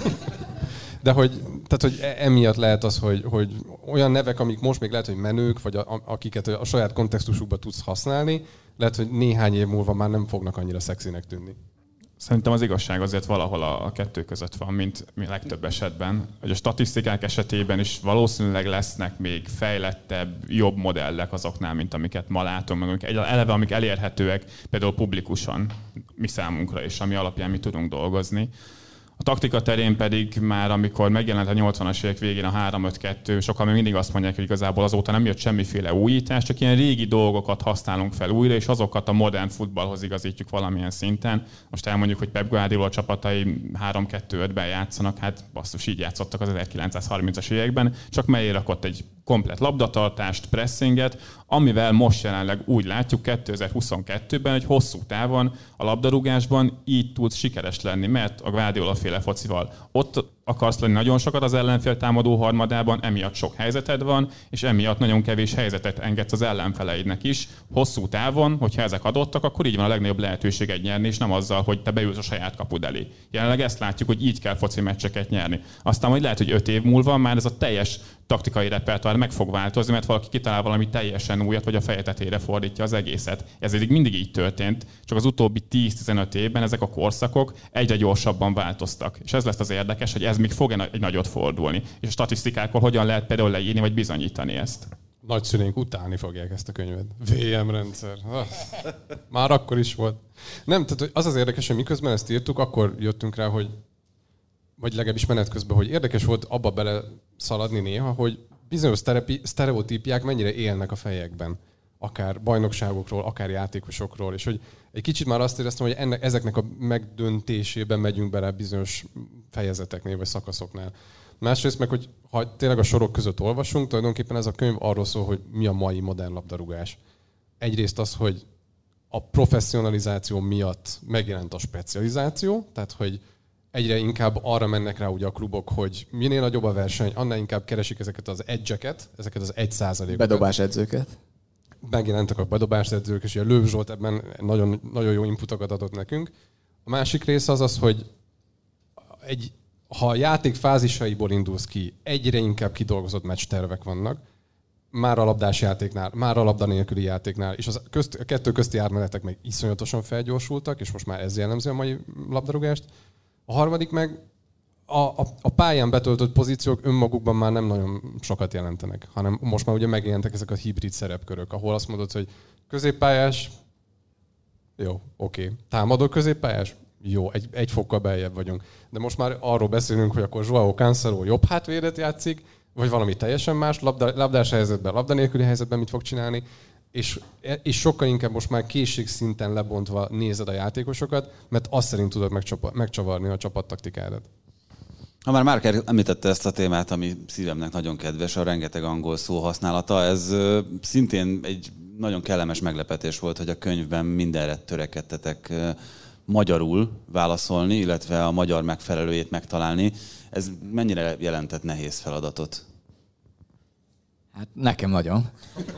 De hogy, tehát, hogy emiatt lehet az, hogy, hogy olyan nevek, amik most még lehet, hogy menők, vagy a, akiket a saját kontextusukban tudsz használni, lehet, hogy néhány év múlva már nem fognak annyira szexinek tűnni. Szerintem az igazság azért valahol a kettő között van, mint mi legtöbb esetben. Hogy a statisztikák esetében is valószínűleg lesznek még fejlettebb, jobb modellek azoknál, mint amiket ma látunk, meg amik eleve amik elérhetőek például publikusan mi számunkra is, ami alapján mi tudunk dolgozni. A taktika terén pedig már, amikor megjelent a nyolcvanas évek végén a három öt kettő, sokan még mindig azt mondják, hogy igazából azóta nem jött semmiféle újítás, csak ilyen régi dolgokat használunk fel újra, és azokat a modern futballhoz igazítjuk valamilyen szinten. Most elmondjuk, hogy Pep Guardiola csapatai három kettő ötben játszanak, hát basszus, így játszottak az ezerkilencszázharmincas években, csak mellé rakott egy komplet labdatartást, pressinget, amivel most jelenleg úgy látjuk kétezer-huszonkettőben, hogy hosszú távon a labdarúgásban így tudsz sikeres lenni, mert a Guardiola féle focival ott akarsz lenni nagyon sokat az ellenfél támadó harmadában, emiatt sok helyzeted van, és emiatt nagyon kevés helyzetet engedsz az ellenfeleidnek is. Hosszú távon, hogyha ezek adottak, akkor így van a legnagyobb lehetőséget nyerni, és nem azzal, hogy te beülsz a saját kapud elé. Jelenleg ezt látjuk, hogy így kell foci meccseket nyerni. Aztán majd lehet, hogy öt év múlva már ez a teljes taktikai repertoár meg fog változni, mert valaki kitalál valami teljesen újat, vagy a feje tetejére fordítja az egészet. Ez eddig mindig így történt, csak az utóbbi tíz-tizenöt évben ezek a korszakok egyre gyorsabban változtak. És ez lesz az érdekes, hogy ez még fog egy nagyot fordulni. És a statisztikákkal hogyan lehet például leírni, vagy bizonyítani ezt. Nagyszüleink utálni fogják ezt a könyvet. vé em rendszer. Már akkor is volt. Nem, tehát az az érdekes, hogy miközben ezt írtuk, akkor jöttünk rá, hogy vagy legalábbis menet közben, hogy érdekes volt abba bele szaladni néha, hogy bizonyos sztereotípiák mennyire élnek a fejekben. Akár bajnokságokról, akár játékosokról, és hogy egy kicsit már azt éreztem, hogy ennek, ezeknek a megdöntésében megyünk bele bizonyos fejezeteknél, vagy szakaszoknál. Másrészt meg, hogy ha tényleg a sorok között olvasunk, tulajdonképpen ez a könyv arról szól, hogy mi a mai modern labdarúgás. Egyrészt az, hogy a professzionalizáció miatt megjelent a specializáció, tehát hogy egyre inkább arra mennek rá ugye a klubok, hogy minél nagyobb a verseny, annál inkább keresik ezeket az edge-eket, ezeket az egy százalékokat. Bedobás edzőket. Megjelentek a bedobás edzők, és a Löw Zsolt ebben nagyon, nagyon jó inputokat adott nekünk. A másik része az az, hogy egy, ha a játék fázisaiból indulsz ki, egyre inkább kidolgozott meccstervek vannak, már a labdás játéknál, már a labda nélküli játéknál, és az közt, a kettő közti ármenetek meg iszonyatosan felgyorsultak, és most már ez jellemzi a mai labdarúgást. A harmadik meg a, a, a pályán betöltött pozíciók önmagukban már nem nagyon sokat jelentenek, hanem most már ugye megjelentek ezek a hibrid szerepkörök, ahol azt mondod, hogy középpályás, jó, oké. Okay. Támadó középpályás, jó, egy, egy fokkal beljebb vagyunk. De most már arról beszélünk, hogy akkor Joao Cancelo jobb hátvédet játszik, vagy valami teljesen más, labda, labdás helyzetben, labda nélküli helyzetben mit fog csinálni, és, és sokkal inkább most már készségszinten lebontva nézed a játékosokat, mert azt szerint tudod megcsapa, megcsavarni a csapattaktikádat. Ha már Márker említette ezt a témát, ami szívemnek nagyon kedves, a rengeteg angol szó használata, ez szintén egy nagyon kellemes meglepetés volt, hogy a könyvben mindenre törekedtetek magyarul válaszolni, illetve a magyar megfelelőjét megtalálni. Ez mennyire jelentett nehéz feladatot? Hát nekem nagyon.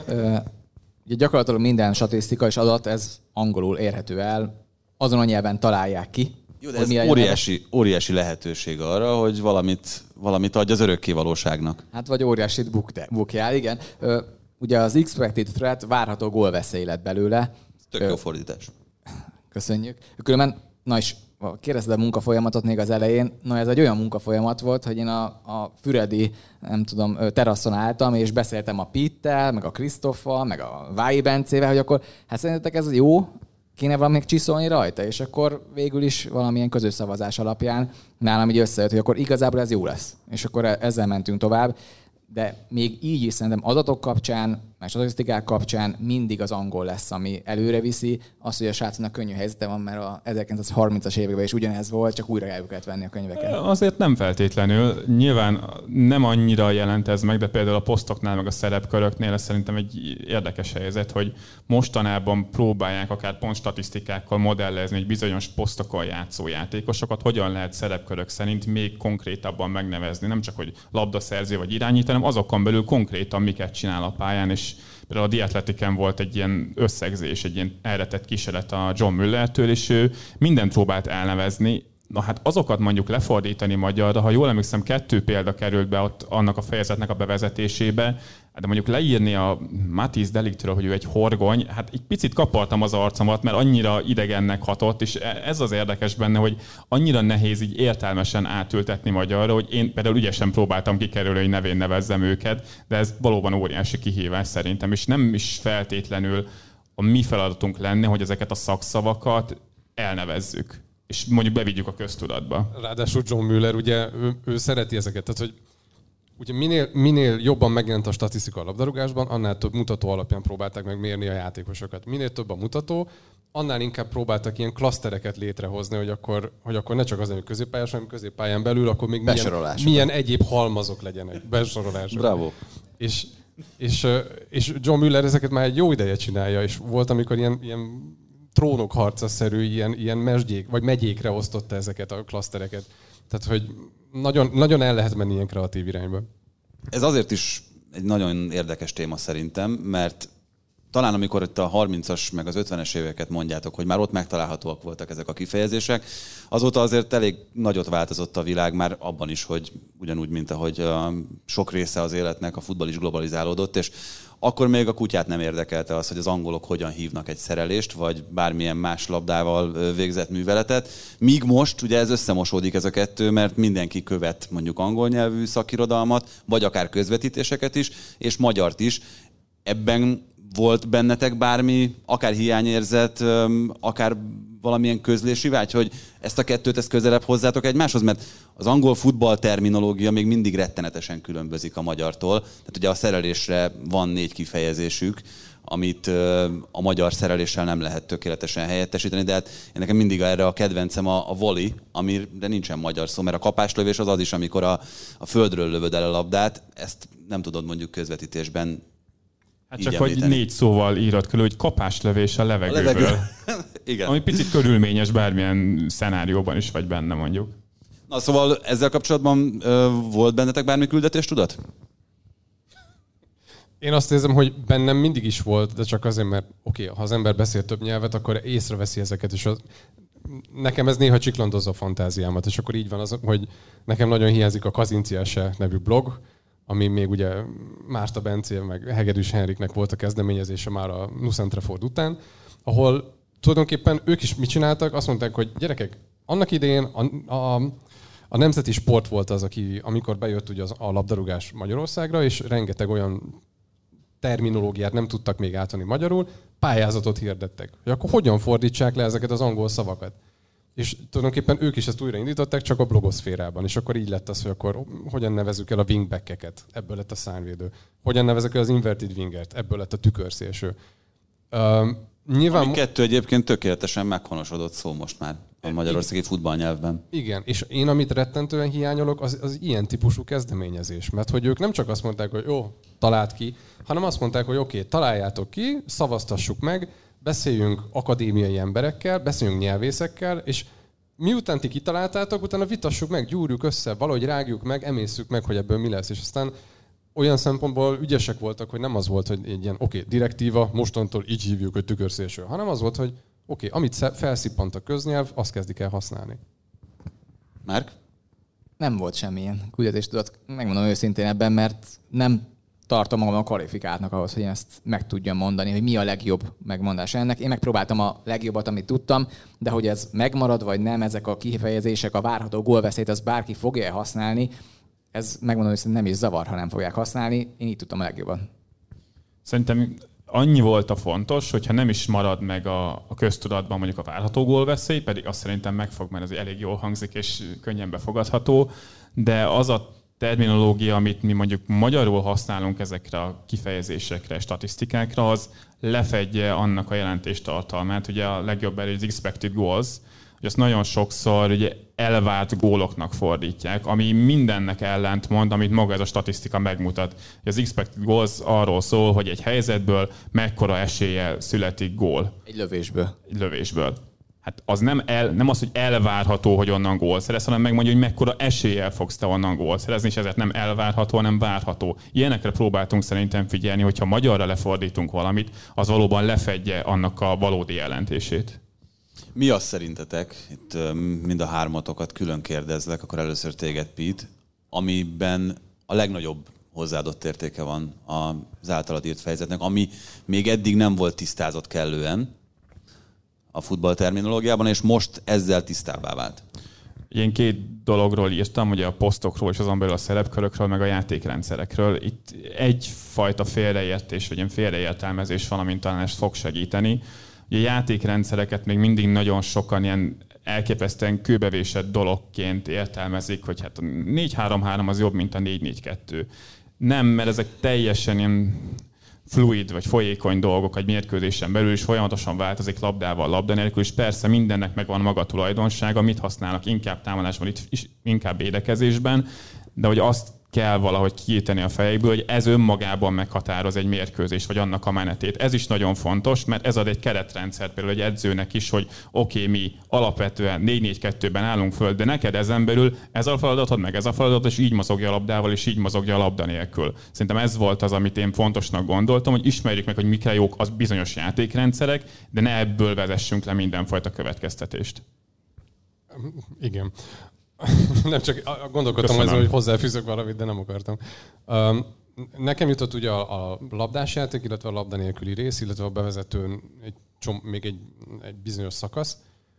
Ugye gyakorlatilag minden statisztika és adat, ez angolul érhető el, azon a nyelven találják ki. Jó, de ez óriási, óriási lehetőség arra, hogy valamit, valamit adj az örökké valóságnak. Hát vagy óriásit bukjál, igen. Ugye az expected threat, várható gólveszély lett belőle. Tök jó fordítás. Köszönjük. Különben, na is kérdezted a munkafolyamatot még az elején. Na ez egy olyan munkafolyamat volt, hogy én a, a füredi, nem tudom, teraszon álltam, és beszéltem a Pittel, meg a Krisztoffal, meg a Vályi Bencével, hogy akkor hát szerintetek ez jó? Kéne valamit csiszolni rajta? És akkor végül is valamilyen közös szavazás alapján nálam így összejött, hogy akkor igazából ez jó lesz. És akkor ezzel mentünk tovább. De még így is szerintem adatok kapcsán, meg statisztikák kapcsán mindig az angol lesz, ami előre viszi. Az, hogy a srácnak könnyű helyzete van, mert a ezerkilencszázharmincas években is ugyanez volt, csak újra el kellett venni a könyveket. Azért nem feltétlenül. Nyilván nem annyira jelent ez meg, de például a posztoknál, meg a szerepköröknél ez szerintem egy érdekes helyzet, hogy mostanában próbálják akár pont statisztikákkal modellezni, hogy bizonyos posztokon játszó játékosokat hogyan lehet szerepkörök szerint még konkrétabban megnevezni. Nem csak, hogy labdaszerző vagy irányító, hanem azokon belül konkrétan miket csinál a pályán, és például a The Athletic-en volt egy ilyen összegzés, egy ilyen elretett kísérlet a John Müllertől, és ő mindent próbált elnevezni. Na hát azokat mondjuk lefordítani magyarra, ha jól emlékszem, kettő példa került be ott annak a fejezetnek a bevezetésébe, de mondjuk leírni a Matthijs de Ligtről, hogy ő egy horgony, hát egy picit kapartam az arcomat, mert annyira idegennek hatott, és ez az érdekes benne, hogy annyira nehéz így értelmesen átültetni magyarra, hogy én például ügyesen próbáltam kikerülni, hogy nevén nevezzem őket, de ez valóban óriási kihívás szerintem, és nem is feltétlenül a mi feladatunk lenne, hogy ezeket a szakszavakat elnevezzük, és mondjuk bevigyük a köztudatba. Ráadásul John Müller, ugye ő, ő szereti ezeket, tehát hogy ugye minél, minél jobban megjelent a statisztika a labdarúgásban, annál több mutató alapján próbálták meg mérni a játékosokat. Minél több a mutató, annál inkább próbáltak ilyen klasztereket létrehozni, hogy akkor, hogy akkor ne csak az, hogy középpályás, hanem középpályán belül, akkor még milyen, milyen egyéb halmazok legyenek, besorolások. Bravo. És, és, és John Müller ezeket már egy jó ideje csinálja, és volt, amikor ilyen, ilyen trónok harcaszerű, ilyen, ilyen mesdjék, vagy megyékre osztotta ezeket a klasztereket. Tehát, hogy nagyon, nagyon el lehet menni ilyen kreatív irányba. Ez azért is egy nagyon érdekes téma szerintem, mert talán amikor itt a harmincas meg az ötvenes éveket mondjátok, hogy már ott megtalálhatóak voltak ezek a kifejezések, azóta azért elég nagyot változott a világ már abban is, hogy ugyanúgy, mint ahogy a sok része az életnek, a futball is globalizálódott, és akkor még a kutyát nem érdekelte az, hogy az angolok hogyan hívnak egy szerelést, vagy bármilyen más labdával végzett műveletet. Míg most ugye ez összemosódik ez a kettő, mert mindenki követ mondjuk angol nyelvű szakirodalmat, vagy akár közvetítéseket is, és magyart is. Ebben volt bennetek bármi, akár hiányérzet, akár valamilyen közlési vágy, hogy ezt a kettőt ezt közelebb hozzátok egymáshoz? Mert az angol futball terminológia még mindig rettenetesen különbözik a magyartól. Tehát ugye a szerelésre van négy kifejezésük, amit a magyar szereléssel nem lehet tökéletesen helyettesíteni, de hát én nekem mindig erre a kedvencem a, a volley, amire nincsen magyar szó, mert a kapáslövés az az is, amikor a, a földről lövöd el a labdát, ezt nem tudod mondjuk közvetítésben. Hát csak hogy négy szóval írod körül, hogy kapáslövés a levegőből. A levegő. Igen. Ami picit körülményes bármilyen szenárióban is vagy benne, mondjuk. Na szóval ezzel kapcsolatban ö, volt bennetek bármi küldetéstudat? Én azt érzem, hogy bennem mindig is volt, de csak azért, mert oké, okay, ha az ember beszél több nyelvet, akkor észreveszi ezeket, és az, nekem ez néha csiklandozza a fantáziámat, és akkor így van az, hogy nekem nagyon hiányzik a Kazinciase nevű blog, ami még ugye Márta Bencé, meg Hegedűs Henriknek volt a kezdeményezése már a Nucentreford után, ahol tulajdonképpen ők is mit csináltak, azt mondták, hogy gyerekek, annak idején a, a, a nemzeti sport volt az, aki, amikor bejött ugye az, a labdarúgás Magyarországra, és rengeteg olyan terminológiát nem tudtak még átvenni magyarul, pályázatot hirdettek, hogy akkor hogyan fordítsák le ezeket az angol szavakat. És tulajdonképpen ők is ezt újraindították, csak a blogoszférában. És akkor így lett az, hogy akkor hogyan nevezzük el a wingbackeket, ebből lett a szárnyvédő. Hogyan nevezek el az inverted wingert, ebből lett a tükörszélső. nyilván... Ami kettő egyébként tökéletesen meghonosodott szó most már a magyarországi futballnyelvben. Igen, és én amit rettentően hiányolok, az, az ilyen típusú kezdeményezés. Mert hogy ők nem csak azt mondták, hogy jó, találd ki, hanem azt mondták, hogy oké, okay, találjátok ki, szavaztassuk meg, beszéljünk akadémiai emberekkel, beszéljünk nyelvészekkel, és miután ti kitaláltátok, utána vitassuk meg, gyúrjuk össze, valahogy rágjuk meg, emészszük meg, hogy ebből mi lesz. És aztán olyan szempontból ügyesek voltak, hogy nem az volt, hogy egy ilyen oké, okay, direktíva, mostantól így hívjuk, hogy tükörszélső, hanem az volt, hogy oké, okay, amit felszippant a köznyelv, azt kezdik el használni. Márk? Nem volt semmilyen küldetéstudat, megmondom őszintén ebben, mert nem tartom magam a kvalifikáltnak ahhoz, hogy én ezt meg tudjam mondani, hogy mi a legjobb megmondás ennek. Én megpróbáltam a legjobbat, amit tudtam, de hogy ez megmarad vagy nem, ezek a kifejezések, a várható gólveszélyt, az bárki fogja használni, ez megmondom őszintén nem is zavar, ha nem fogják használni. Én így tudtam a legjobban. Szerintem annyi volt a fontos, hogyha nem is marad meg a, a köztudatban mondjuk a várható gólveszély, pedig azt szerintem megfog, mert ez elég jól hangzik és könnyen befogadható, de az a terminológia, amit mi mondjuk magyarul használunk ezekre a kifejezésekre, statisztikákra, az lefedje annak a jelentéstartalmát. Ugye a legjobb elég az expected goals, hogy azt nagyon sokszor ugye elvárt góloknak fordítják, ami mindennek ellentmond, amit maga ez a statisztika megmutat. Az expected goals arról szól, hogy egy helyzetből mekkora eséllyel születik gól. Egy lövésből. Egy lövésből. Hát az nem, el, nem az, hogy elvárható, hogy onnan gól szerez, hanem megmondja, hogy mekkora eséllyel fogsz te onnan gól szerezni, és ezért nem elvárható, hanem várható. Ilyenekre próbáltunk szerintem figyelni, hogyha magyarra lefordítunk valamit, az valóban lefedje annak a valódi jelentését. Mi az szerintetek, itt mind a hármatokat külön kérdezlek, akkor először téged, Pete, amiben a legnagyobb hozzáadott értéke van az általad írt fejezetnek, ami még eddig nem volt tisztázott kellően a futball terminológiában, és most ezzel tisztábbá vált? Én két dologról írtam, ugye a posztokról és azon belül a szerepkörökről, meg a játékrendszerekről. Itt egyfajta félreértés, vagy ilyen félreértelmezés van, amint talán ezt fog segíteni. Ugye a játékrendszereket még mindig nagyon sokan ilyen elképesztően kőbevésett dologként értelmezik, hogy hát a négy három három az jobb, mint a négy négy kettő. Nem, mert ezek teljesen ilyen fluid vagy folyékony dolgok egy mérkőzésen belül is folyamatosan változik labdával, labda nélkül, és persze mindennek megvan maga tulajdonsága, mit használnak inkább támadásban, itt is inkább védekezésben, de hogy azt kell valahogy kiírteni a fejekből, hogy ez önmagában meghatároz egy mérkőzés, vagy annak a menetét. Ez is nagyon fontos, mert ez ad egy keretrendszer például egy edzőnek is, hogy oké, okay, mi alapvetően négy négy kettőben állunk föl, de neked ezen belül ez a feladatod, meg ez a feladat, és így mozogja a labdával, és így mozogja a labda nélkül. Szerintem ez volt az, amit én fontosnak gondoltam, hogy ismerjük meg, hogy mikre jók az bizonyos játékrendszerek, de ne ebből vezessünk le mindenfajta következtetést. Igen. Nem csak gondolkodtam azon, hogy hozzáfűzök valamit, de nem akartam. Nekem jutott ugye a, a labdásjáték, illetve a labda nélküli rész, illetve a bevezetőn egy csom, még egy, egy bizonyos szakasz.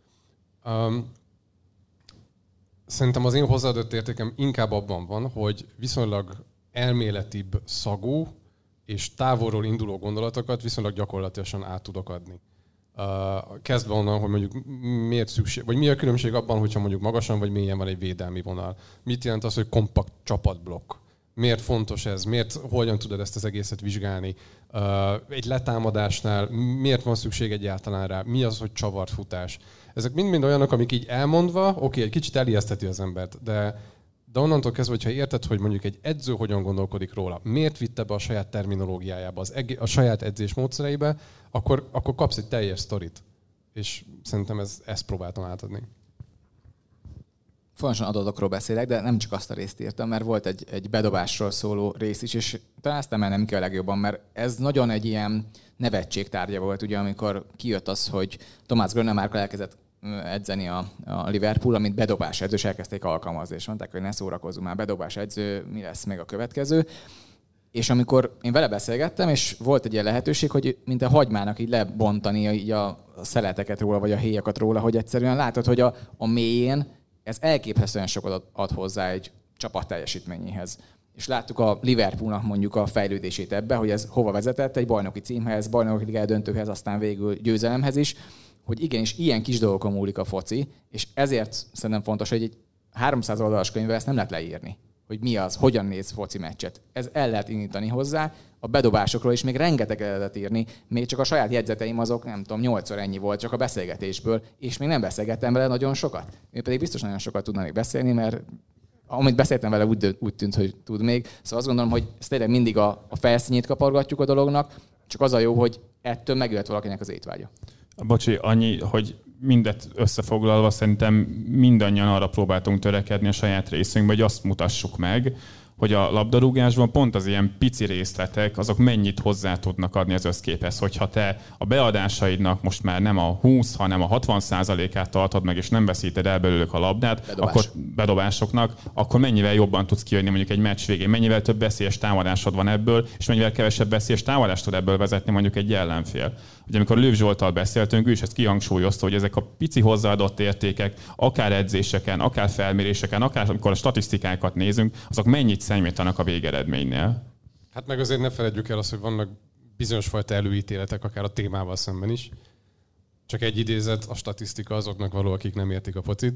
Szerintem az én hozzáadott értékem inkább abban van, hogy viszonylag elméletibb szagú és távolról induló gondolatokat viszonylag gyakorlatilag át tudok adni. Uh, kezdve onnan, hogy mondjuk miért szükség, vagy mi a különbség abban, hogyha mondjuk magasan vagy mélyen van egy védelmi vonal. Mit jelent az, hogy kompakt csapatblokk? Miért fontos ez? Miért, hogyan tudod ezt az egészet vizsgálni? Uh, egy letámadásnál miért van szükség egyáltalán rá? Mi az, hogy csavart futás? Ezek mind-mind olyanok, amik így elmondva, oké, okay, egy kicsit elijesztheti az embert, de De onnantól kezdve, hogyha érted, hogy mondjuk egy edző hogyan gondolkodik róla, miért vitte be a saját terminológiájába, az egé- a saját edzés módszereibe, akkor, akkor kapsz egy teljes sztorit. És szerintem ez, ezt próbáltam átadni. Fontosan adatokról beszélek, de nem csak azt a részt írtam, mert volt egy, egy bedobásról szóló rész is, és talán ezt emelnem kell legjobban, mert ez nagyon egy ilyen nevetségtárgya volt, ugye, amikor kijött az, hogy Tomás Grönemark elkezdett edzeni a, a Liverpool, amit bedobás edző, és elkezdték alkalmazni, és mondták, hogy ne szórakozzunk már, bedobás edző, mi lesz még a következő. És amikor én vele beszélgettem, és volt egy ilyen lehetőség, hogy mint a hagymának így lebontani így a szeleteket róla, vagy a héjakat róla, hogy egyszerűen látod, hogy a, a mélyén ez elképesztően sokat ad hozzá egy csapat teljesítményéhez. És láttuk a Liverpoolnak mondjuk a fejlődését ebbe, hogy ez hova vezetett, egy bajnoki címhez, bajnoki liga döntőhez, aztán végül győzelemhez is, hogy igenis ilyen kis dolgokon múlik a foci, és ezért szerintem fontos, hogy egy háromszáz oldalas könyvvel ezt nem lehet leírni. hogy mi az, hogyan néz foci meccset. Ez el lehet indítani hozzá. A bedobásokról is még rengeteg el lehet írni. Még csak a saját jegyzeteim azok, nem tudom, nyolcszor ennyi volt csak a beszélgetésből, és még nem beszélgettem vele nagyon sokat. Én pedig biztos nagyon sokat tudna még beszélni, mert amit beszéltem vele, úgy, úgy tűnt, hogy tud még. Szóval azt gondolom, hogy ez tényleg mindig a, a felszínét kapargatjuk a dolognak, csak az a jó, hogy ettől megjöhet valakinek az étvágya. Bocsi, annyi, hogy mindet összefoglalva szerintem mindannyian arra próbáltunk törekedni a saját részünkben, hogy azt mutassuk meg, hogy a labdarúgásban pont az ilyen pici részletek, azok mennyit hozzá tudnak adni az összképhez. Hogyha te a beadásaidnak most már nem a húsz, hanem a hatvan százalékát tartod meg, és nem veszíted el belőlük a labdát, Bedobás. akkor bedobásoknak, akkor mennyivel jobban tudsz kijönni mondjuk egy meccs végén, mennyivel több veszélyes támadásod van ebből, és mennyivel kevesebb veszélyes támadást tud ebből vezetni mondjuk egy ellenfél. Ugye amikor Lőv Zsolttal beszéltünk, ő is ezt kihangsúlyozta, hogy ezek a pici hozzáadott értékek, akár edzéseken, akár felméréseken, akár amikor a statisztikákat nézünk, azok mennyit számítanak a végeredménynél. Hát meg azért ne feledjük el azt, hogy vannak bizonyos fajta előítéletek, akár a témával szemben is. Csak egy idézet, a statisztika azoknak való, akik nem értik a focit.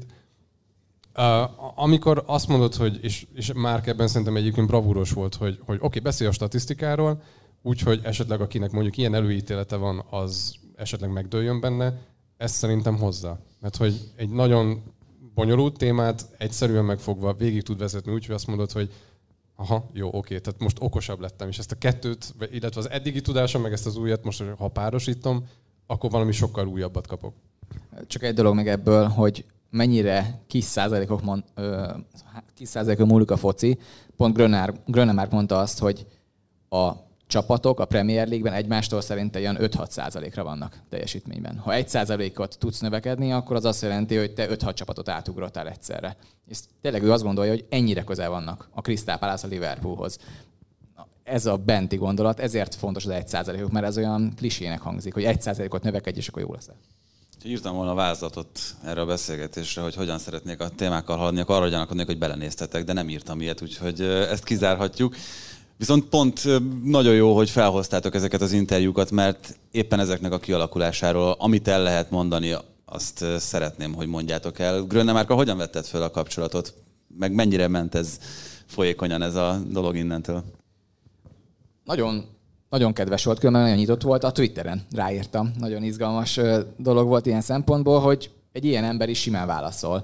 Uh, amikor azt mondod, hogy, és, és Márk ebben szerintem egyébként bravúros volt, hogy, hogy oké, okay, beszélj a statisztikáról, úgyhogy esetleg akinek mondjuk ilyen előítélete van, az esetleg megdőljön benne, ezt szerintem hozza. Mert hogy egy nagyon bonyolult témát egyszerűen megfogva végig tud vezetni, úgyhogy azt mondod, hogy aha, jó, oké, tehát most okosabb lettem, és ezt a kettőt, illetve az eddigi tudásom, meg ezt az újat most, ha párosítom, akkor valami sokkal újabbat kapok. Csak egy dolog meg ebből, hogy mennyire kis százalékok, mond, ö, kis százalékok múlik a foci. Pont Grönemark mondta azt, hogy a csapatok a Premier League-ben egymástól szerintem ilyen öt-hat százalékra vannak teljesítményben. Ha egy százalékot tudsz növekedni, akkor az azt jelenti, hogy te öt-hat csapatot átugrottál egyszerre. És tényleg ő azt gondolja, hogy ennyire közel vannak a Crystal Palace a Liverpoolhoz. Ez a benti gondolat, ezért fontos az egy százalékok, mert ez olyan klisének hangzik, hogy egy százalékot növekedj, és akkor jó leszel. Írtam volna a vázlatot erre a beszélgetésre, hogy hogyan szeretnék a témákkal haladni, akkor arra gyanakodnék, hogy belenéztetek, de nem írtam ilyet, úgyhogy ezt kizárhatjuk. Viszont pont nagyon jó, hogy felhoztátok ezeket az interjúkat, mert éppen ezeknek a kialakulásáról, amit el lehet mondani, azt szeretném, hogy mondjátok el. Grönemarkkal hogyan vetted fel a kapcsolatot? Meg mennyire ment ez folyékonyan ez a dolog innentől? Nagyon, nagyon kedves volt, különben nagyon nyitott volt. A Twitteren ráírtam. Nagyon izgalmas dolog volt ilyen szempontból, hogy egy ilyen ember is simán válaszol.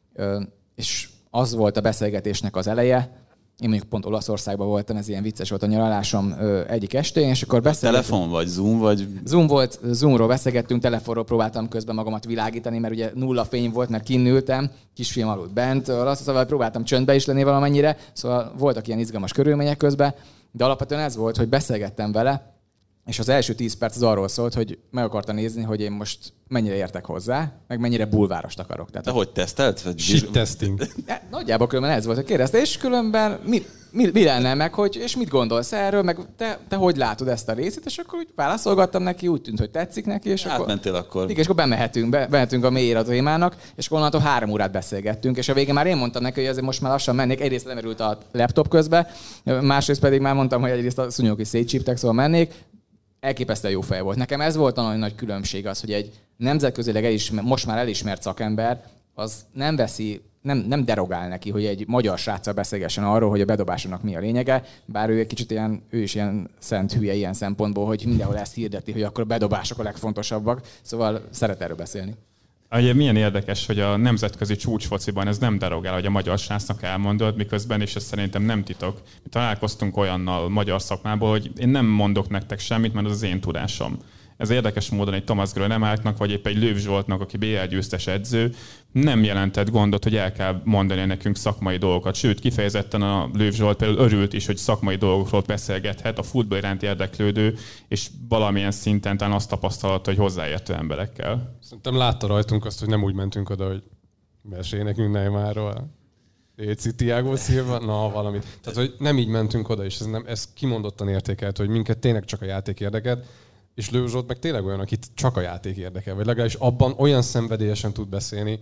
És az volt a beszélgetésnek az eleje. Én mondjuk pont Olaszországban voltam, ez ilyen vicces volt a nyaralásom egyik estén, és akkor beszélgettünk. Telefon vagy Zoom vagy? Zoom volt, Zoomról beszélgettünk, telefonról próbáltam közben magamat világítani, mert ugye nulla fény volt, mert kinn ültem, kisfiam aludt bent, szóval próbáltam csöndbe is lenni valamennyire, szóval voltak ilyen izgalmas körülmények közben, de alapvetően ez volt, hogy beszélgettem vele, és az első tíz perc az arról szólt, hogy meg akarta nézni, hogy én most mennyire értek hozzá, meg mennyire bulvárost akarok. Tehát de hogy tesztelt? Shit testing. Nagyjából különben ez volt, hogy kérdezte, és különben mi, mi, mi lenne meg, hogy, és mit gondolsz erről, meg te, te hogy látod ezt a részét, és akkor úgy válaszolgattam neki, úgy tűnt, hogy tetszik neki, és átmentél akkor... akkor. Igen, és akkor bemehetünk, be, bemehetünk a mélyére a témának, és akkor onnantól három órát beszélgettünk, és a végén már én mondtam neki, hogy azért most már lassan mennék, egyrészt lemerült a laptop közbe, másrészt pedig már mondtam, hogy egyrészt a szúnyogok is szétcsíptek, szóval mennék. Elképesztően jó fej volt. Nekem ez volt a nagyon nagy különbség az, hogy egy nemzetközileg elismert, most már elismert szakember, az nem veszi, nem, nem derogál neki, hogy egy magyar sráccal beszélgessen arról, hogy a bedobásnak mi a lényege, bár ő egy kicsit ilyen, ő is ilyen szent hülye ilyen szempontból, hogy mindenhol ezt hirdeti, hogy akkor a bedobások a legfontosabbak, szóval szeret erről beszélni. Ugye milyen érdekes, hogy a nemzetközi csúcsfociban ez nem derogál, hogy a magyar srácnak elmondod, miközben, és ez szerintem nem titok. Mi találkoztunk olyannal magyar szakmából, hogy én nem mondok nektek semmit, mert az az én tudásom. Ez érdekes módon egy Thomas Grönemarknak, vagy épp egy Lőv Zsoltnak, aki bé el győztes edző, nem jelentett gondot, hogy el kell mondani nekünk szakmai dolgokat. Sőt, kifejezetten a Lőv Zsolt például örült is, hogy szakmai dolgokról beszélgethet, a futball iránt érdeklődő, és valamilyen szinten talán azt tapasztalta, hogy hozzáértő emberekkel. Szerintem látta rajtunk azt, hogy nem úgy mentünk oda, hogy mesélj nekünk Neymarról. Léci, Thiago Silva, na valamit. Tehát, hogy nem így mentünk oda, és ez, nem, ez kimondottan értékelt, hogy minket tényleg csak a játék érdekelt, és Lőv Zsolt meg tényleg olyan, akit csak a játék érdekel, vagy legalábbis abban olyan szenvedélyesen tud beszélni,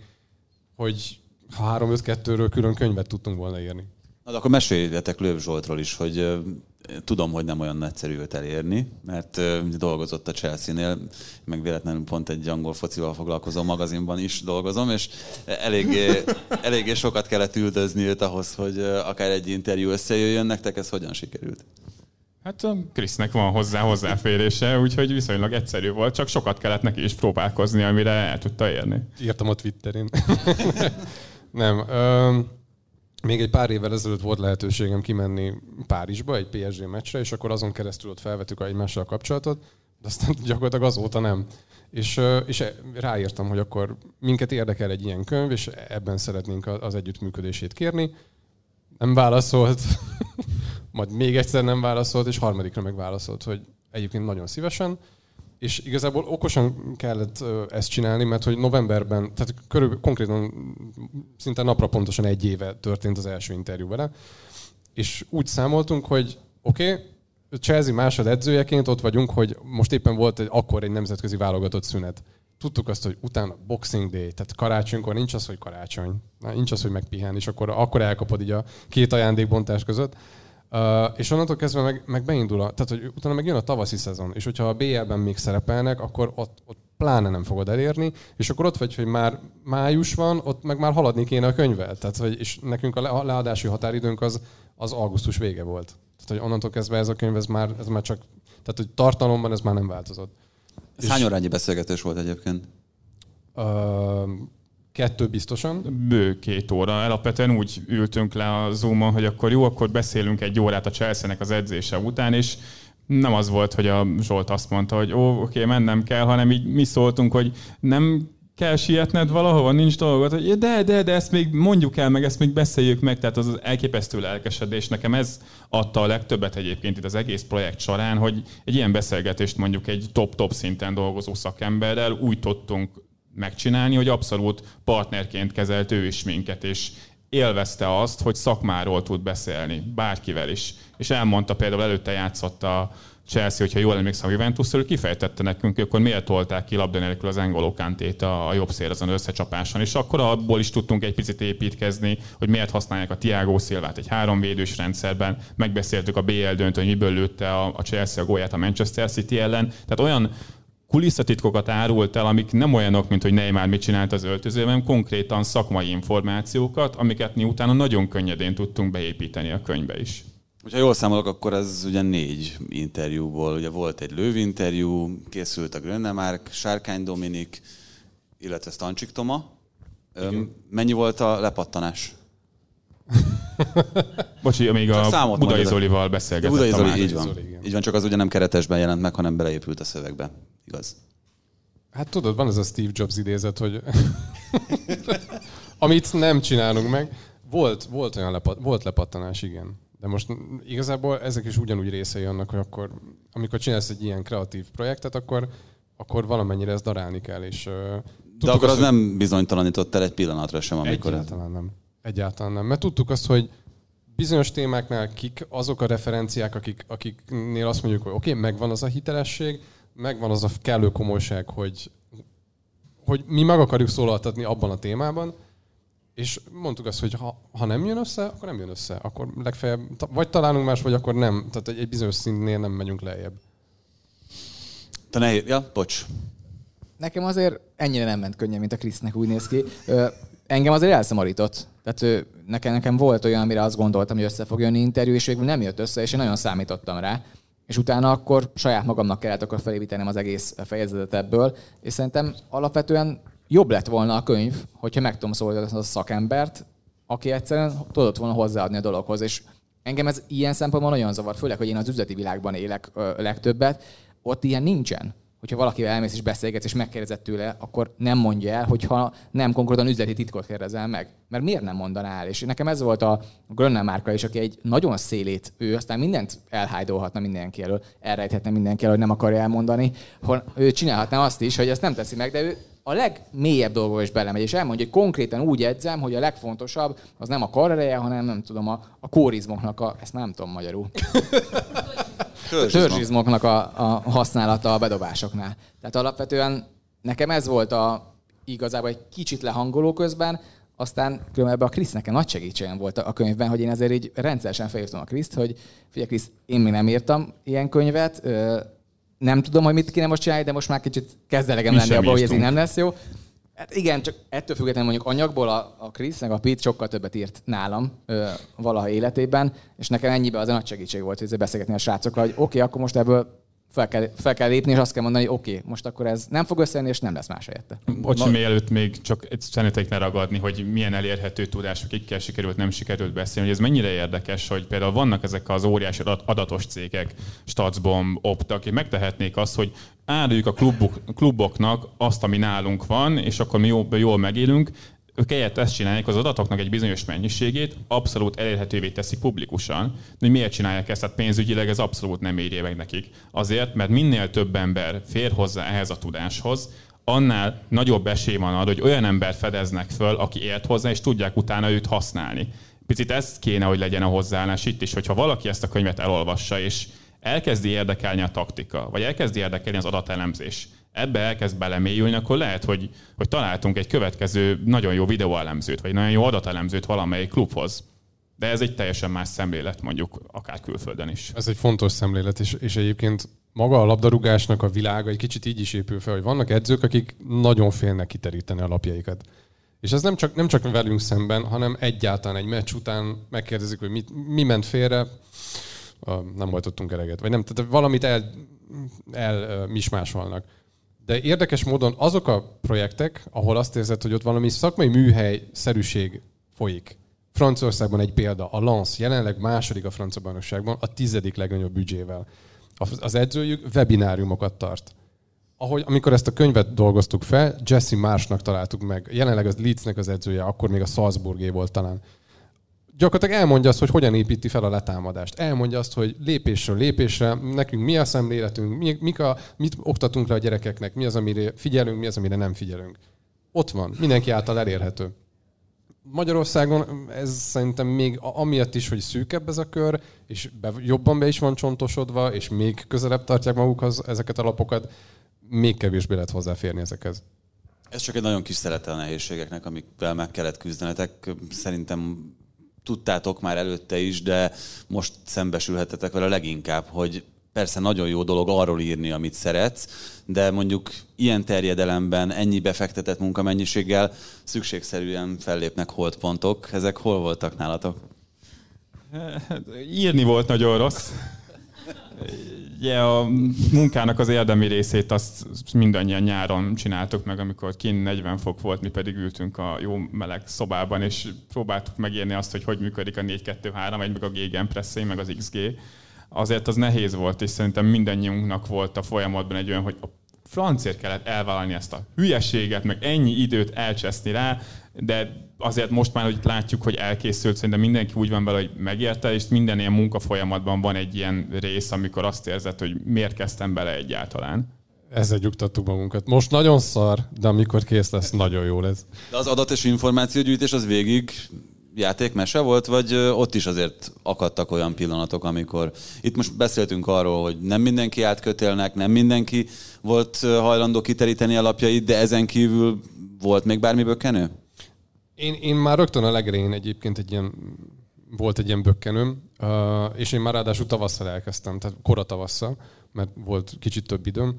hogy három öt kettőről külön könyvet tudtunk volna írni. Na, de akkor meséljetek Lőv Zsoltról is, hogy tudom, hogy nem olyan egyszerű őt elérni, mert uh, dolgozott a Chelsea-nél, meg véletlenül pont egy angol focival foglalkozó magazinban is dolgozom, és eléggé, eléggé sokat kellett üldözni őt ahhoz, hogy uh, akár egy interjú összejöjjön. Nektek ez hogyan sikerült? Hát a Krisznek van hozzá hozzáférése, úgyhogy viszonylag egyszerű volt, csak sokat kellett neki is próbálkozni, amire el tudta érni. Írtam a Twitterén. Nem. Öm, még egy pár évvel ezelőtt volt lehetőségem kimenni Párizsba egy pé es gé meccsre, és akkor azon keresztül ott felvettük egymással a kapcsolatot, de aztán gyakorlatilag azóta nem. És, és ráírtam, hogy akkor minket érdekel egy ilyen könyv, és ebben szeretnénk az együttműködését kérni. Nem válaszolt, majd még egyszer nem válaszolt, és harmadikra megválaszolt, hogy egyébként nagyon szívesen. És igazából okosan kellett ezt csinálni, mert hogy novemberben, tehát körülbelül konkrétan szinte napra pontosan egy éve történt az első interjú vele, és úgy számoltunk, hogy oké, okay, Chelsea másod edzőjeként ott vagyunk, hogy most éppen volt egy, akkor egy nemzetközi válogatott szünet. Tudtuk azt, hogy utána Boxing Day, tehát karácsonykor nincs az, hogy karácsony, nincs az, hogy megpihen, és akkor, akkor elkapod így a két ajándékbontás között. Uh, és onnantól kezdve meg, meg beindul, a, tehát hogy utána meg jön a tavaszi szezon, és hogyha a bé el-ben még szerepelnek, akkor ott, ott pláne nem fogod elérni, és akkor ott vagy, hogy már május van, ott meg már haladni kéne a könyvvel. Tehát, hogy, és nekünk a le, leadási határidőnk az, az augusztus vége volt. Tehát, hogy onnantól kezdve ez a könyv, ez már, ez már csak, tehát, hogy tartalomban ez már nem változott. Ez hány órányi beszélgetés volt egyébként? Uh, Kettő biztosan. Bő két óra. Alapvetően úgy ültünk le a Zoomon, hogy akkor jó, akkor beszélünk egy órát a Chelsea-nek az edzése után, és nem az volt, hogy a Zsolt azt mondta, hogy ó, oké, mennem kell, hanem így mi szóltunk, hogy nem kell sietned valahova, nincs dolgot, hogy de, de, de ezt még mondjuk el, meg ezt még beszéljük meg, tehát az, az elképesztő lelkesedés. Nekem ez adta a legtöbbet egyébként itt az egész projekt során, hogy egy ilyen beszélgetést mondjuk egy top-top szinten dolgozó szakemberrel úgy tudtunk megcsinálni, hogy abszolút partnerként kezelt ő is minket, és élvezte azt, hogy szakmáról tud beszélni, bárkivel is. És elmondta, például előtte játszott a Chelsea, hogyha jól emlékszem, a Juventus-ről, ő kifejtette nekünk, hogy akkor miért tolták ki labda nélkül az N'Golo Kantét a jobb szélazon összecsapáson, és akkor abból is tudtunk egy picit építkezni, hogy miért használják a Thiago Silvát egy háromvédős rendszerben, megbeszéltük a bé el döntőn, hogy miből lőtte a, a Chelsea a gólját a Manchester City ellen, tehát olyan kulisszatitkokat árult el, amik nem olyanok, mint hogy Neymar mit csinált az öltözőben, konkrétan szakmai információkat, amiket mi utána nagyon könnyedén tudtunk beépíteni a könyvbe is. Ha jól számolok, akkor ez ugye négy interjúból, ugye volt egy Löw interjú, készült a Grönemark, Sárkány Dominik, illetve Stancsik Toma. Igen. Mennyi volt a lepattanás? Bocsi, még a Budai Zolival beszélgetett. Budai Zoli, így van. Zoli, így van, csak az ugye nem keretesben jelent meg, hanem beleépült a szövegbe. Igaz? Hát tudod, van ez a Steve Jobs idézet, hogy amit nem csinálunk meg. Volt, volt olyan lepat, volt lepattanás, igen. De most igazából ezek is ugyanúgy részei annak, hogy akkor, amikor csinálsz egy ilyen kreatív projektet, akkor, akkor valamennyire ezt darálni kell. És, uh, de akkor az, az nem bizonytalanított el egy pillanatra sem, amikor... Egyáltalán nem. Egyáltalán nem. Mert tudtuk azt, hogy bizonyos témáknál kik azok a referenciák, akik, akiknél azt mondjuk, hogy oké, okay, megvan az a hitelesség, megvan az a kellő komolyság, hogy, hogy mi meg akarjuk szólaltatni abban a témában, és mondtuk azt, hogy ha, ha nem jön össze, akkor nem jön össze. Akkor legfeljebb vagy találunk más, vagy akkor nem. Tehát egy, egy bizonyos szintnél nem megyünk lejjebb. Te nehéz... Ja, bocs. Nekem azért ennyire nem ment könnyen, mint a Krisznek, úgy néz ki. Ö, engem azért elszomorított. Tehát ő, nekem, nekem volt olyan, amire azt gondoltam, hogy össze fog jönni interjú, és végül nem jött össze, és én nagyon számítottam rá. És utána akkor saját magamnak kellett akkor felépítenem az egész fejezetet ebből, és szerintem alapvetően jobb lett volna a könyv, hogyha meg tudom szólítani a szakembert, aki egyszerűen tudott volna hozzáadni a dologhoz. És engem ez ilyen szempontból nagyon zavar, főleg, hogy én az üzleti világban élek ö, legtöbbet, ott ilyen nincsen. Hogyha valakivel elmész és beszélgetsz és megkérdezed tőle, akkor nem mondja el, hogyha nem konkrétan üzleti titkot kérdezel meg. Mert miért nem mondaná el? És nekem ez volt a Grönemarkra is, aki egy nagyon szélét ő, aztán mindent elhájdolhatna mindenki elől, elrejthetne mindenki elől, hogy nem akarja elmondani. Ő csinálhatná azt is, hogy ezt nem teszi meg, de ő a legmélyebb dolgokba is belemegy, és elmondja, hogy konkrétan úgy edzem, hogy a legfontosabb az nem a karrereje, hanem nem tudom, a, a kórizmoknak a, ezt nem tudom magyarul. Törzsizmoknak a, a használata a bedobásoknál. Tehát alapvetően nekem ez volt a, igazából egy kicsit lehangoló közben, Aztán különben ebben a Krisz nekem nagy segítségem volt a könyvben, hogy én azért így rendszeresen felhívtam a Kriszt, hogy figyelj Krisz, én még nem írtam ilyen könyvet, nem tudom, hogy mit kéne most csinálni, de most már kicsit kezd elegem lenni abban, hogy ez így nem lesz jó. Hát igen, csak ettől függetlenül mondjuk anyagból a, a Krisz, meg a Pete sokkal többet írt nálam ö, valaha életében, és nekem ennyiben az a nagy segítség volt, hogy beszélgetni a srácokkal, hogy oké, okay, akkor most ebből fel kell, fel kell lépni, és azt kell mondani, hogy oké, okay, most akkor ez nem fog összejönni, és nem lesz más helyette. Bocsi, mielőtt még csak szeretnék ne ragadni, hogy milyen elérhető tudások, kikkel sikerült, nem sikerült beszélni, hogy ez mennyire érdekes, hogy például vannak ezek az óriási adatos cégek, Statsbomb, Opta, akik megtehetnék azt, hogy áruljuk a klubok, kluboknak azt, ami nálunk van, és akkor mi jól, jól megélünk. Ők helyett ezt csinálják, az adatoknak egy bizonyos mennyiségét abszolút elérhetővé teszik publikusan. De miért csinálják ezt? Tehát pénzügyileg ez abszolút nem érje meg nekik. Azért, mert minél több ember fér hozzá ehhez a tudáshoz, annál nagyobb esély van arra, hogy olyan embert fedeznek föl, aki ért hozzá, és tudják utána őt használni. Picit ez kéne, hogy legyen a hozzáállás itt is, hogyha valaki ezt a könyvet elolvassa, és elkezdi érdekelni a taktika, vagy elkezdi érdekelni az adatelemzés, ebbe elkezd belemélyülni, akkor lehet, hogy, hogy találtunk egy következő nagyon jó videóelemzőt, vagy nagyon jó adatelemzőt valamelyik klubhoz. De ez egy teljesen más szemlélet, mondjuk akár külföldön is. Ez egy fontos szemlélet, és, és egyébként maga a labdarúgásnak a világa egy kicsit így is épül fel, hogy vannak edzők, akik nagyon félnek kiteríteni a lapjaikat. És ez nem csak, nem csak velünk szemben, hanem egyáltalán egy meccs után megkérdezik, hogy mit, mi ment félre, nem voltottunk eleget, vagy nem, tehát valamit el, el mismásolnak. De érdekes módon azok a projektek, ahol azt érzed, hogy ott valami szakmai műhely-szerűség folyik. Franciaországban egy példa, a Lens jelenleg második a francia bajnokságban, a tizedik legnagyobb büdzsével. Az edzőjük webináriumokat tart. Ahogy, amikor ezt a könyvet dolgoztuk fel, Jesse Marshnak találtuk meg. Jelenleg az Leedsnek az edzője, akkor még a Salzburgé volt talán. Gyakorlatilag elmondja azt, hogy hogyan építi fel a letámadást. Elmondja azt, hogy lépésről lépésre, nekünk mi a szemléletünk, mi, mik a, mit oktatunk le a gyerekeknek, mi az, amire figyelünk, mi az, amire nem figyelünk. Ott van, mindenki által elérhető. Magyarországon ez szerintem még amiatt is, hogy szűkebb ez a kör, és be, jobban be is van csontosodva, és még közelebb tartják magukhoz ezeket a lapokat, még kevésbé lehet hozzáférni ezekhez. Ez csak egy nagyon kis szelete a nehézségeknek, amikkel meg kellett küzdenetek. Szerintem tudtátok már előtte is, de most szembesülhetetek vele leginkább, hogy persze nagyon jó dolog arról írni, amit szeretsz, de mondjuk ilyen terjedelemben, ennyi befektetett munkamennyiséggel szükségszerűen fellépnek holdpontok. Ezek hol voltak nálatok? Írni volt nagyon rossz. Ugye a munkának az érdemi részét azt mindannyian nyáron csináltuk meg, amikor kint negyven fok volt, mi pedig ültünk a jó meleg szobában, és próbáltuk megírni azt, hogy hogy működik a négy kettő három, egy meg a Gegenpressing, meg az iksz gé. Azért az nehéz volt, és szerintem mindannyiunknak volt a folyamatban egy olyan, hogy a francért kellett elvállalni ezt a hülyeséget, meg ennyi időt elcseszni rá, de azért most már, hogy látjuk, hogy elkészült, szerintem mindenki úgy van vele, hogy megérte, és minden ilyen munkafolyamatban van egy ilyen rész, amikor azt érzed, hogy miért kezdtem bele egyáltalán. Ezzel nyugtattuk magunkat. Most nagyon szar, de amikor kész lesz, nagyon jó lesz. De az adat és információgyűjtés az végig játékmese volt, vagy ott is azért akadtak olyan pillanatok, amikor itt most beszéltünk arról, hogy nem mindenki állt kötélnek, nem mindenki volt hajlandó kiteríteni a lapjait, de ezen kívül volt még bármi bökkenő? Én, én már rögtön a legelején egyébként egy ilyen, volt egy ilyen bökkenőm, és én már ráadásul tavasszal elkezdtem, tehát kora tavasszal, mert volt kicsit több időm.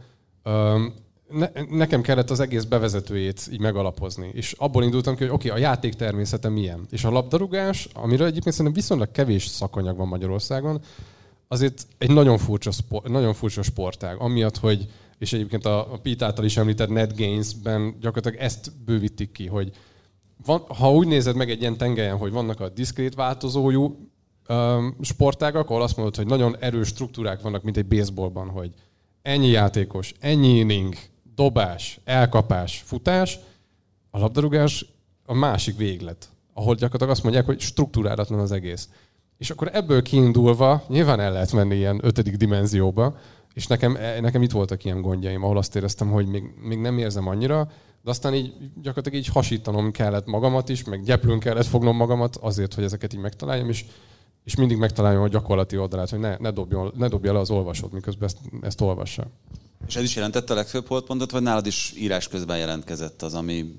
Ne, nekem kellett az egész bevezetőjét így megalapozni, és abból indultam ki, hogy oké, okay, a játék természete milyen. És a labdarúgás, amiről egyébként szerintem viszonylag kevés szakanyag van Magyarországon, azért egy nagyon furcsa, sport, nagyon furcsa sportág, amiatt, hogy, és egyébként a, a Pete által is említett NetGains-ben gyakorlatilag ezt bővítik ki, hogy van, ha úgy nézed meg egy ilyen tengelyen, hogy vannak a diszkrét változójú um, sportágak, ahol azt mondod, hogy nagyon erős struktúrák vannak, mint egy baseballban, hogy ennyi játékos, ennyi inning, dobás, elkapás, futás, a labdarúgás a másik véglet, ahol gyakorlatilag azt mondják, hogy struktúrálatlan az egész. És akkor ebből kiindulva nyilván el lehet menni ilyen ötödik dimenzióba, és nekem, nekem itt voltak ilyen gondjaim, ahol azt éreztem, hogy még, még nem érzem annyira, de aztán így gyakorlatilag így hasítanom kellett magamat is, meg gyeplőn kellett fognom magamat azért, hogy ezeket így megtaláljam, és, és mindig megtaláljam a gyakorlati oldalát, hogy ne, ne, dobjon, ne dobja le az olvasót, miközben ezt, ezt olvassa. És ez is jelentette a legfőbb holdpontot, vagy nálad is írás közben jelentkezett az, ami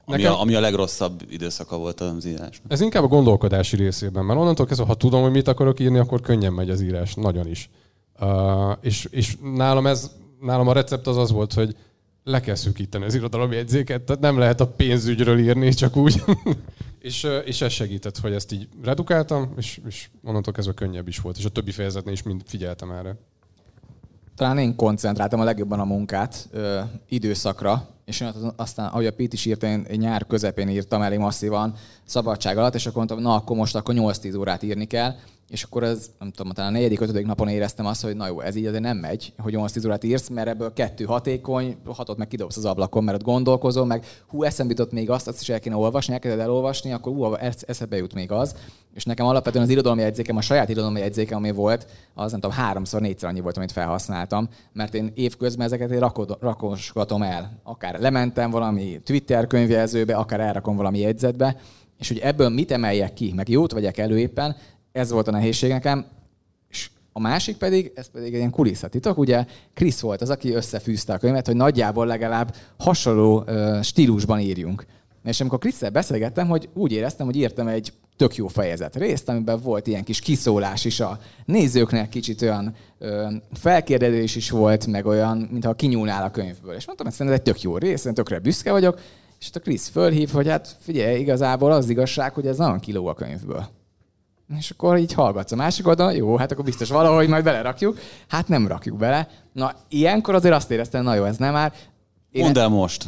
Ami, Nekem... a, ami a legrosszabb időszaka volt az írás. Ez inkább a gondolkodási részében, mert onnantól kezdve, ha tudom, hogy mit akarok írni, akkor könnyen megy az írás, nagyon is. Uh, és, és nálam, ez, nálam a recept az az volt, hogy le kell szűkíteni az irodalmi jegyzéket, tehát nem lehet a pénzügyről írni, csak úgy. és, és ez segített, hogy ezt így redukáltam, és, és onnantól kezdve könnyebb is volt, és a többi fejezetnél is mind figyeltem erre. Talán én koncentráltam a legjobban a munkát ö, időszakra, és aztán, ahogy a Pete is írta, én nyár közepén írtam elég masszívan szabadság alatt, és akkor mondtam, na akkor most akkor nyolc-tíz órát írni kell, és akkor ez, nem tudom, talán a negyedik, ötödik napon éreztem azt, hogy na jó, ez így azért nem megy, hogy nyolc-tíz órát írsz, mert ebből kettő hatékony, hatot meg kidobsz az ablakon, mert ott gondolkozol, meg hú, eszembe jutott még azt, azt is el kéne olvasni, elkezded elolvasni, akkor hú, eszembe jut még az. És nekem alapvetően az irodalmi jegyzékem, a saját irodalmi jegyzékem, ami volt, az nem tudom, háromszor, négyszer annyi volt, amit felhasználtam, mert én évközben ezeket én rakod, rakosgatom el. Akár lementem valami Twitter könyvjelzőbe, akár elrakom valami jegyzetbe, és hogy ebből mit emeljek ki, meg jót vegyek elő éppen, ez volt a nehézség nekem. És a másik pedig, ez pedig egy ilyen kulisszatitok, ugye Krisz volt az, aki összefűzte a könyvet, hogy nagyjából legalább hasonló uh, stílusban írjunk. És amikor Krisszel beszélgettem, hogy úgy éreztem, hogy írtam egy tök jó fejezet részt, amiben volt ilyen kis kiszólás is a nézőknek, kicsit olyan ö, felkérdezés is volt, meg olyan, mintha kinyúlnál a könyvből. És mondtam, hogy szerintem ez egy tök jó rész, én tökre büszke vagyok, és ott a Krisz fölhív, hogy hát figyelj, igazából az igazság, hogy ez nagyon kiló a könyvből. És akkor így hallgatsz a másik oldalon, jó, hát akkor biztos valahogy majd belerakjuk. Hát nem rakjuk bele. Na, ilyenkor azért azt éreztem, na jó, ez nem már. Én Mondd el most.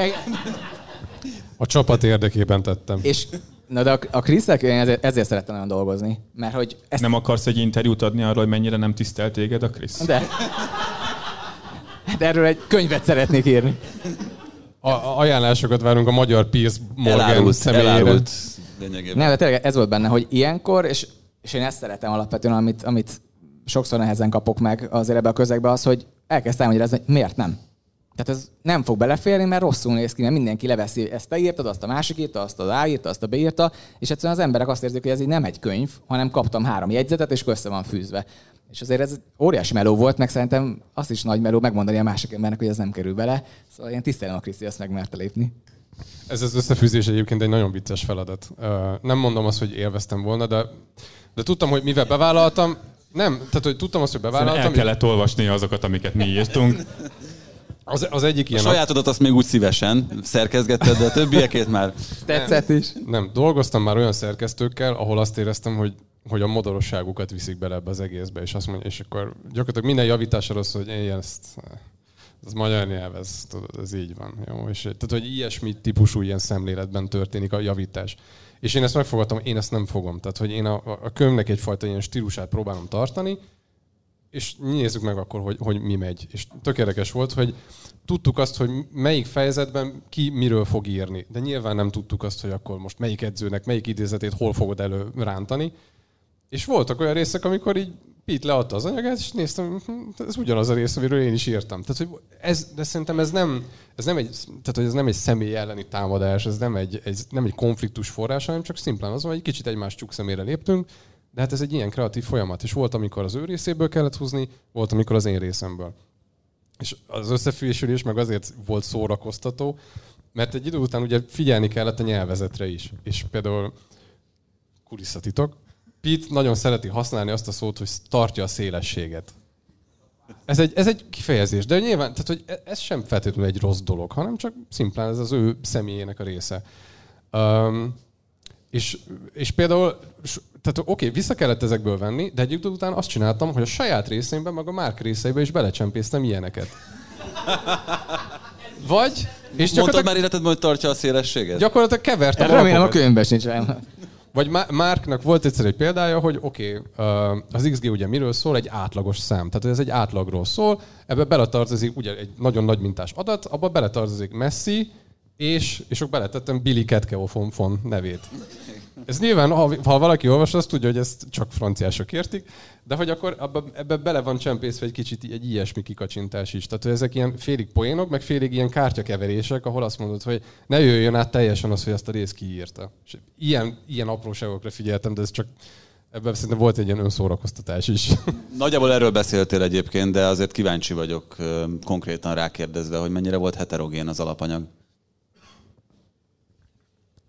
A csapat érdekében tettem. És na de a, a Krisztel én ezért, ezért szerettem nagyon dolgozni. Mert hogy ezt... Nem akarsz egy interjút adni arról, hogy mennyire nem tisztelt téged a Krisz? De. De erről egy könyvet szeretnék írni. A, a ajánlásokat várunk a magyar Piers Morgan elárult, személyére. Elárult lényegében. Nem, de tényleg ez volt benne, hogy ilyenkor, és, és én ezt szeretem alapvetően, amit, amit sokszor nehezen kapok meg azért ebbe a közegbe, az, hogy elkezdtem magyarázni, hogy miért nem. Tehát ez nem fog beleférni, mert rosszul néz ki, mert mindenki leveszi, ezt te írtad, azt a másik írta, azt az A írta, azt a B írta, és egyszerűen az emberek azt érzik, hogy ez így nem egy könyv, hanem kaptam három jegyzetet, és össze van fűzve. És azért ez óriási meló volt, meg szerintem azt is nagy meló megmondani a másik embernek, hogy ez nem kerül bele. Szóval én tisztelem a Kriszti, azt meg merte lépni. Ez az összefűzés egyébként egy nagyon vicces feladat. Nem mondom azt, hogy élveztem volna, de, de tudtam, hogy mivel bevállaltam, nem, tehát hogy tudtam azt, hogy bevállaltam. El kellett olvasni azokat, amiket mi írtunk. Az, az egyik ilyen... A sajátodat azt még úgy szívesen szerkezgetted, de a többiekét már... Tetszett is. Nem, dolgoztam már olyan szerkesztőkkel, ahol azt éreztem, hogy, hogy a modorosságukat viszik bele ebbe az egészbe, és azt mondja, és akkor gyakorlatilag minden javításra az, hogy én ezt... Ez magyar nyelv, ez, ez így van. Jó? És, tehát, hogy ilyesmi típusú ilyen szemléletben történik a javítás. És én ezt megfogadtam, én ezt nem fogom. Tehát, hogy én a, a könyvnek egyfajta ilyen stílusát próbálom tartani, és nézzük meg akkor, hogy, hogy mi megy. És tök érdekes volt, hogy tudtuk azt, hogy melyik fejezetben ki miről fog írni. De nyilván nem tudtuk azt, hogy akkor most melyik edzőnek, melyik idézetét hol fogod előrántani. És voltak olyan részek, amikor így Pete leadta az anyagát, és néztem, ez ugyanaz a rész, amiről én is írtam. Tehát, hogy ez, de szerintem ez nem, ez nem egy, tehát, hogy ez nem egy személy elleni támadás, ez nem egy, egy, nem egy konfliktus forrás, hanem csak szimplán az, hogy egy kicsit egymás tyúk szemére léptünk, de hát ez egy ilyen kreatív folyamat. És volt, amikor az ő részéből kellett húzni, volt, amikor az én részemből. És az összefűsülés meg azért volt szórakoztató, mert egy idő után ugye figyelni kellett a nyelvezetre is. És például kulisszatitok, Pete nagyon szereti használni azt a szót, hogy tartja a szélességet. Ez egy, ez egy kifejezés, de nyilván, tehát, hogy ez sem feltétlenül egy rossz dolog, hanem csak szimplán ez az ő személyének a része. Um, és, és például, tehát oké, okay, vissza kellett ezekből venni, de egy idő után azt csináltam, hogy a saját részémben, meg a Mark részeibe is belecsempésztem ilyeneket. Vagy... És mondtad már életedben, hogy tartja a szélességet? Gyakorlatilag kevertem. Remélem a könyvben sincs. Vagy Marknak volt egyszer egy példája, hogy oké, okay, az iksz gé ugye miről szól? Egy átlagos szám. Tehát ez egy átlagról szól, ebbe beletartozik ugye egy nagyon nagy mintás adat, abba beletartozik Messi, és, és akkor beletettem Billy Ketkeofon nevét. Ez nyilván, ha, ha valaki olvassa, azt tudja, hogy ezt csak franciások értik, de hogy akkor abba, ebbe bele van csempészve egy kicsit egy ilyesmi kikacsintás is. Tehát ezek ilyen félig poénok, meg félig ilyen kártyakeverések, ahol azt mondod, hogy ne jöjjön át teljesen az, hogy ezt a részt kiírta. És ilyen, ilyen apróságokra figyeltem, de ez csak ebben szerintem volt egy ilyen önszórakoztatás is. Nagyjából erről beszéltél egyébként, de azért kíváncsi vagyok konkrétan rákérdezve, hogy mennyire volt heterogén az alapanyag.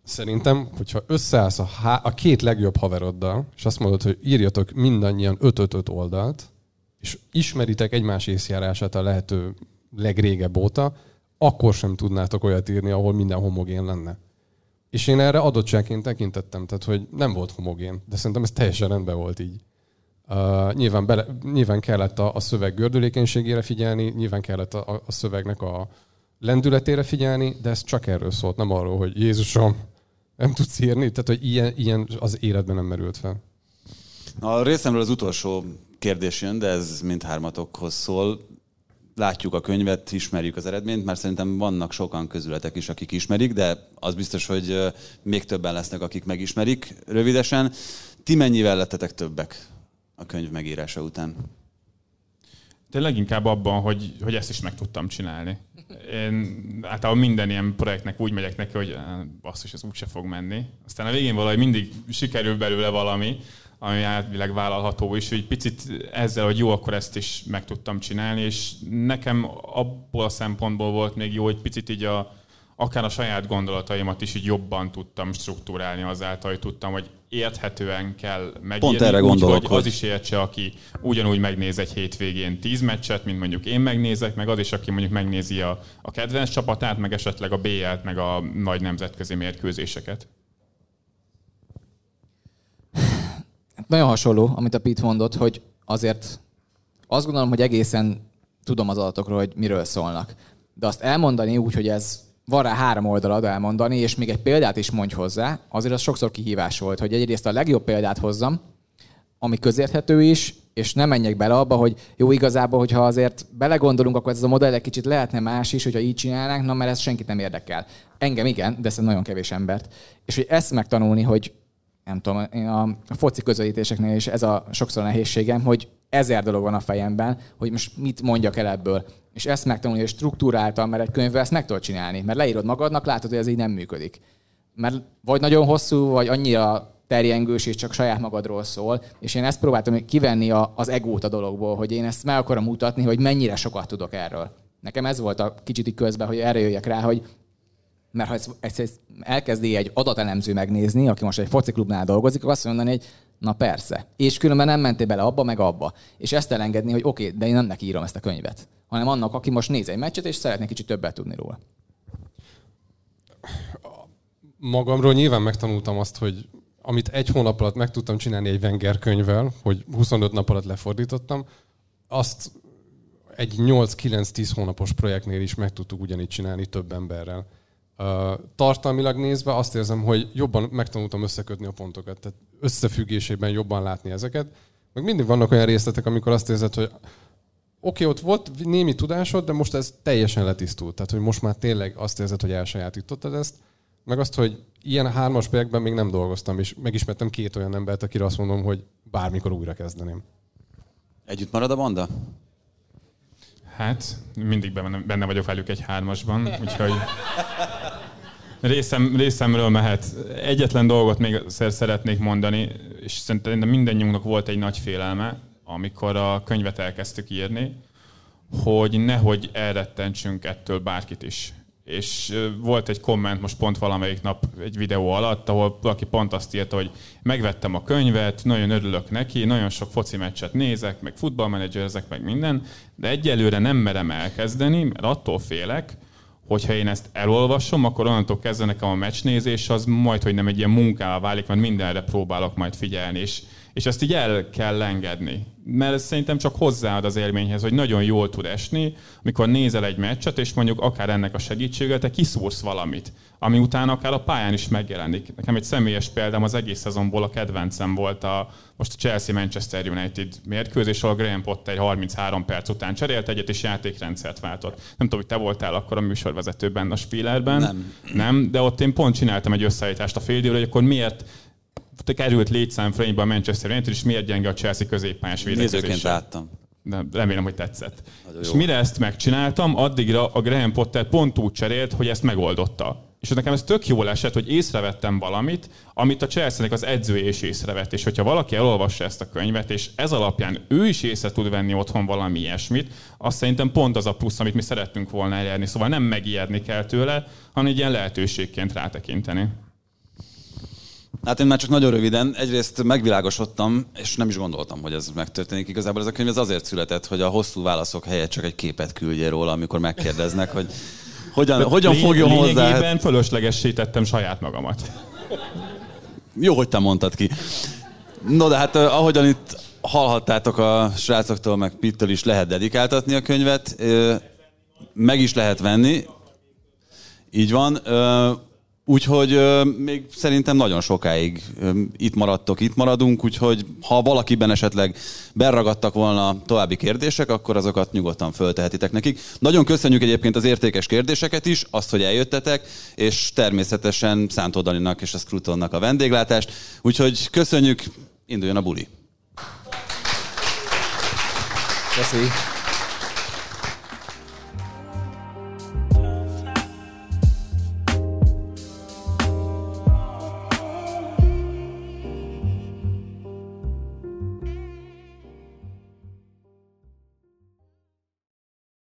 Szerintem, hogyha összeállsz a, há- a két legjobb haveroddal, és azt mondod, hogy írjatok mindannyian öt-öt oldalt, és ismeritek egymás észjárását a lehető legrégebb óta, akkor sem tudnátok olyat írni, ahol minden homogén lenne. És én erre adottságként tekintettem, tehát hogy nem volt homogén, de szerintem ez teljesen rendben volt így. Uh, nyilván, bele, nyilván kellett a, a szöveg gördülékenységére figyelni, nyilván kellett a, a szövegnek a lendületére figyelni, de ez csak erről szólt, nem arról, hogy Jézusom, nem tudsz írni, tehát hogy ilyen, ilyen az életben nem merült fel. A részemről az utolsó kérdés jön, de ez mindhármatokhoz szól. Látjuk a könyvet, ismerjük az eredményt, mert szerintem vannak sokan közületek is, akik ismerik, de az biztos, hogy még többen lesznek, akik megismerik rövidesen. Ti mennyivel lettetek többek a könyv megírása után? De leginkább abban, hogy, hogy ezt is meg tudtam csinálni. Én általában minden ilyen projektnek úgy megyek neki, hogy basszus, ez úgyse fog menni. Aztán a végén valahogy mindig sikerül belőle valami, ami átvileg vállalható is, hogy picit ezzel, hogy jó, akkor ezt is meg tudtam csinálni, és nekem abból a szempontból volt még jó, hogy picit így a, akár a saját gondolataimat is így jobban tudtam struktúrálni azáltal, hogy tudtam, hogy érthetően kell megírni. Pont erre gondolok, úgy, hogy az is értse, aki ugyanúgy megnéz egy hétvégén tíz meccset, mint mondjuk én megnézek, meg az is, aki mondjuk megnézi a, a kedvenc csapatát, meg esetleg a bé el-t, meg a nagy nemzetközi mérkőzéseket. Nagyon hasonló, amit a Pete mondott, hogy azért azt gondolom, hogy egészen tudom az adatokról, hogy miről szólnak. De azt elmondani úgy, hogy ez van rá három oldalad elmondani, és még egy példát is mondj hozzá, azért az sokszor kihívás volt, hogy egyrészt a legjobb példát hozzam, ami közérthető is, és nem menjek bele abba, hogy jó, igazából, hogyha azért belegondolunk, akkor ez a modell egy kicsit lehetne más is, hogyha így csinálnánk, na mert ez senkit nem érdekel. Engem igen, de ez nagyon kevés embert. És hogy ezt megtanulni, hogy nem tudom, a foci közelítéseknél is ez a sokszor nehézségem, hogy ezer dolog van a fejemben, hogy most mit mondjak el ebből. És ezt megtanulni, hogy struktúráltan, mert egy könyvvel ezt meg tudod csinálni. Mert leírod magadnak, látod, hogy ez így nem működik. Mert vagy nagyon hosszú, vagy annyira terjengős, és csak saját magadról szól. És én ezt próbáltam kivenni a, az egót a dologból, hogy én ezt meg akarom mutatni, hogy mennyire sokat tudok erről. Nekem ez volt a kicsit közben, hogy erre jöjjek rá, hogy mert ha ezt, ezt, ezt elkezdi egy adatelemző megnézni, aki most egy fociklubnál dolgozik, akkor azt mondani, hogy na persze. És különben nem mentél bele abba, meg abba. És ezt elengedni, hogy oké, okay, de én nem neki írom ezt a könyvet, hanem annak, aki most néz egy meccset, és szeretne kicsit többet tudni róla. Magamról nyilván megtanultam azt, hogy amit egy hónap alatt meg tudtam csinálni egy Wenger könyvvel, hogy huszonöt nap alatt lefordítottam, azt egy nyolc-kilenc-tíz hónapos projektnél is meg tudtuk ugyanígy csinálni több emberrel. Uh, tartalmilag nézve azt érzem, hogy jobban megtanultam összekötni a pontokat, tehát összefüggésében jobban látni ezeket. Meg mindig vannak olyan részletek, amikor azt érzed, hogy oké, okay, ott volt némi tudásod, de most ez teljesen letisztult. Tehát, hogy most már tényleg azt érzed, hogy elsajátítottad ezt. Meg azt, hogy ilyen hármas projektben még nem dolgoztam, és megismertem két olyan embert, akire azt mondom, hogy bármikor újra kezdeném. Együtt marad a banda? Hát, mindig benne, benne vagyok velük egy hármasban, úgyhogy részem, részemről mehet. Egyetlen dolgot még szeretnék mondani, és szerintem mindannyiunknak volt egy nagy félelme, amikor a könyvet elkezdtük írni, hogy nehogy elrettentsünk ettől bárkit is. És volt egy komment most pont valamelyik nap egy videó alatt, ahol valaki pont azt írta, hogy megvettem a könyvet, nagyon örülök neki, nagyon sok foci meccset nézek, meg futballmenedzserzek, meg minden, de egyelőre nem merem elkezdeni, mert attól félek, hogyha én ezt elolvasom, akkor onnantól kezdve nekem a meccsnézés az majd, hogy nem egy ilyen munkává válik, mert mindenre próbálok majd figyelni, és, és ezt így el kell engedni. Mert ez szerintem csak hozzáad az élményhez, hogy nagyon jól tud esni, amikor nézel egy meccset, és mondjuk akár ennek a segítségével te kiszúrsz valamit, ami utána akár a pályán is megjelenik. Nekem egy személyes példám az egész szezonból a kedvencem volt a, most a Chelsea-Manchester United mérkőzés, ahol Graham Potter harminchárom perc után cserélt egyet, és játékrendszert váltott. Nem tudom, hogy te voltál akkor a műsorvezetőben, a Spielerben. Nem. Nem, de ott én pont csináltam egy összeállítást a fél időre, hogy akkor miért te került létszámframe-be a Manchester United, és miért gyenge a Chelsea középpályás védekezése. Nézőként láttam. De remélem, hogy tetszett. És mire ezt megcsináltam, addigra a Graham Potter pont úgy cserélt, hogy ezt megoldotta. És nekem ez tök jól esett, hogy észrevettem valamit, amit a Chelsea-nek az edzője is észrevett. És hogyha valaki elolvassa ezt a könyvet, és ez alapján ő is észre tud venni otthon valami ilyesmit, azt szerintem pont az a plusz, amit mi szerettünk volna elérni. Szóval nem megijedni kell tőle, hanem egy ilyen lehetőségként rátekinteni. Hát én már csak nagyon röviden. Egyrészt megvilágosodtam, és nem is gondoltam, hogy ez megtörténik. Igazából ez a könyv az azért született, hogy a hosszú válaszok helyett csak egy képet küldjél róla, amikor megkérdeznek, hogy hogyan, hogyan lény- fogjon hozzá. Lényegében fölöslegesítettem saját magamat. Jó, hogy te mondtad ki. No, de hát ahogyan itt hallhattátok a srácoktól, meg Pittől is lehet dedikáltatni a könyvet. Meg is lehet venni. Így van. Úgyhogy még szerintem nagyon sokáig itt maradtok, itt maradunk, úgyhogy ha valakiben esetleg beragadtak volna további kérdések, akkor azokat nyugodtan föltehetitek nekik. Nagyon köszönjük egyébként az értékes kérdéseket is, azt, hogy eljöttetek, és természetesen Szántó Daninak és a Scrutonnak a vendéglátást. Úgyhogy köszönjük, induljon a buli! Köszi!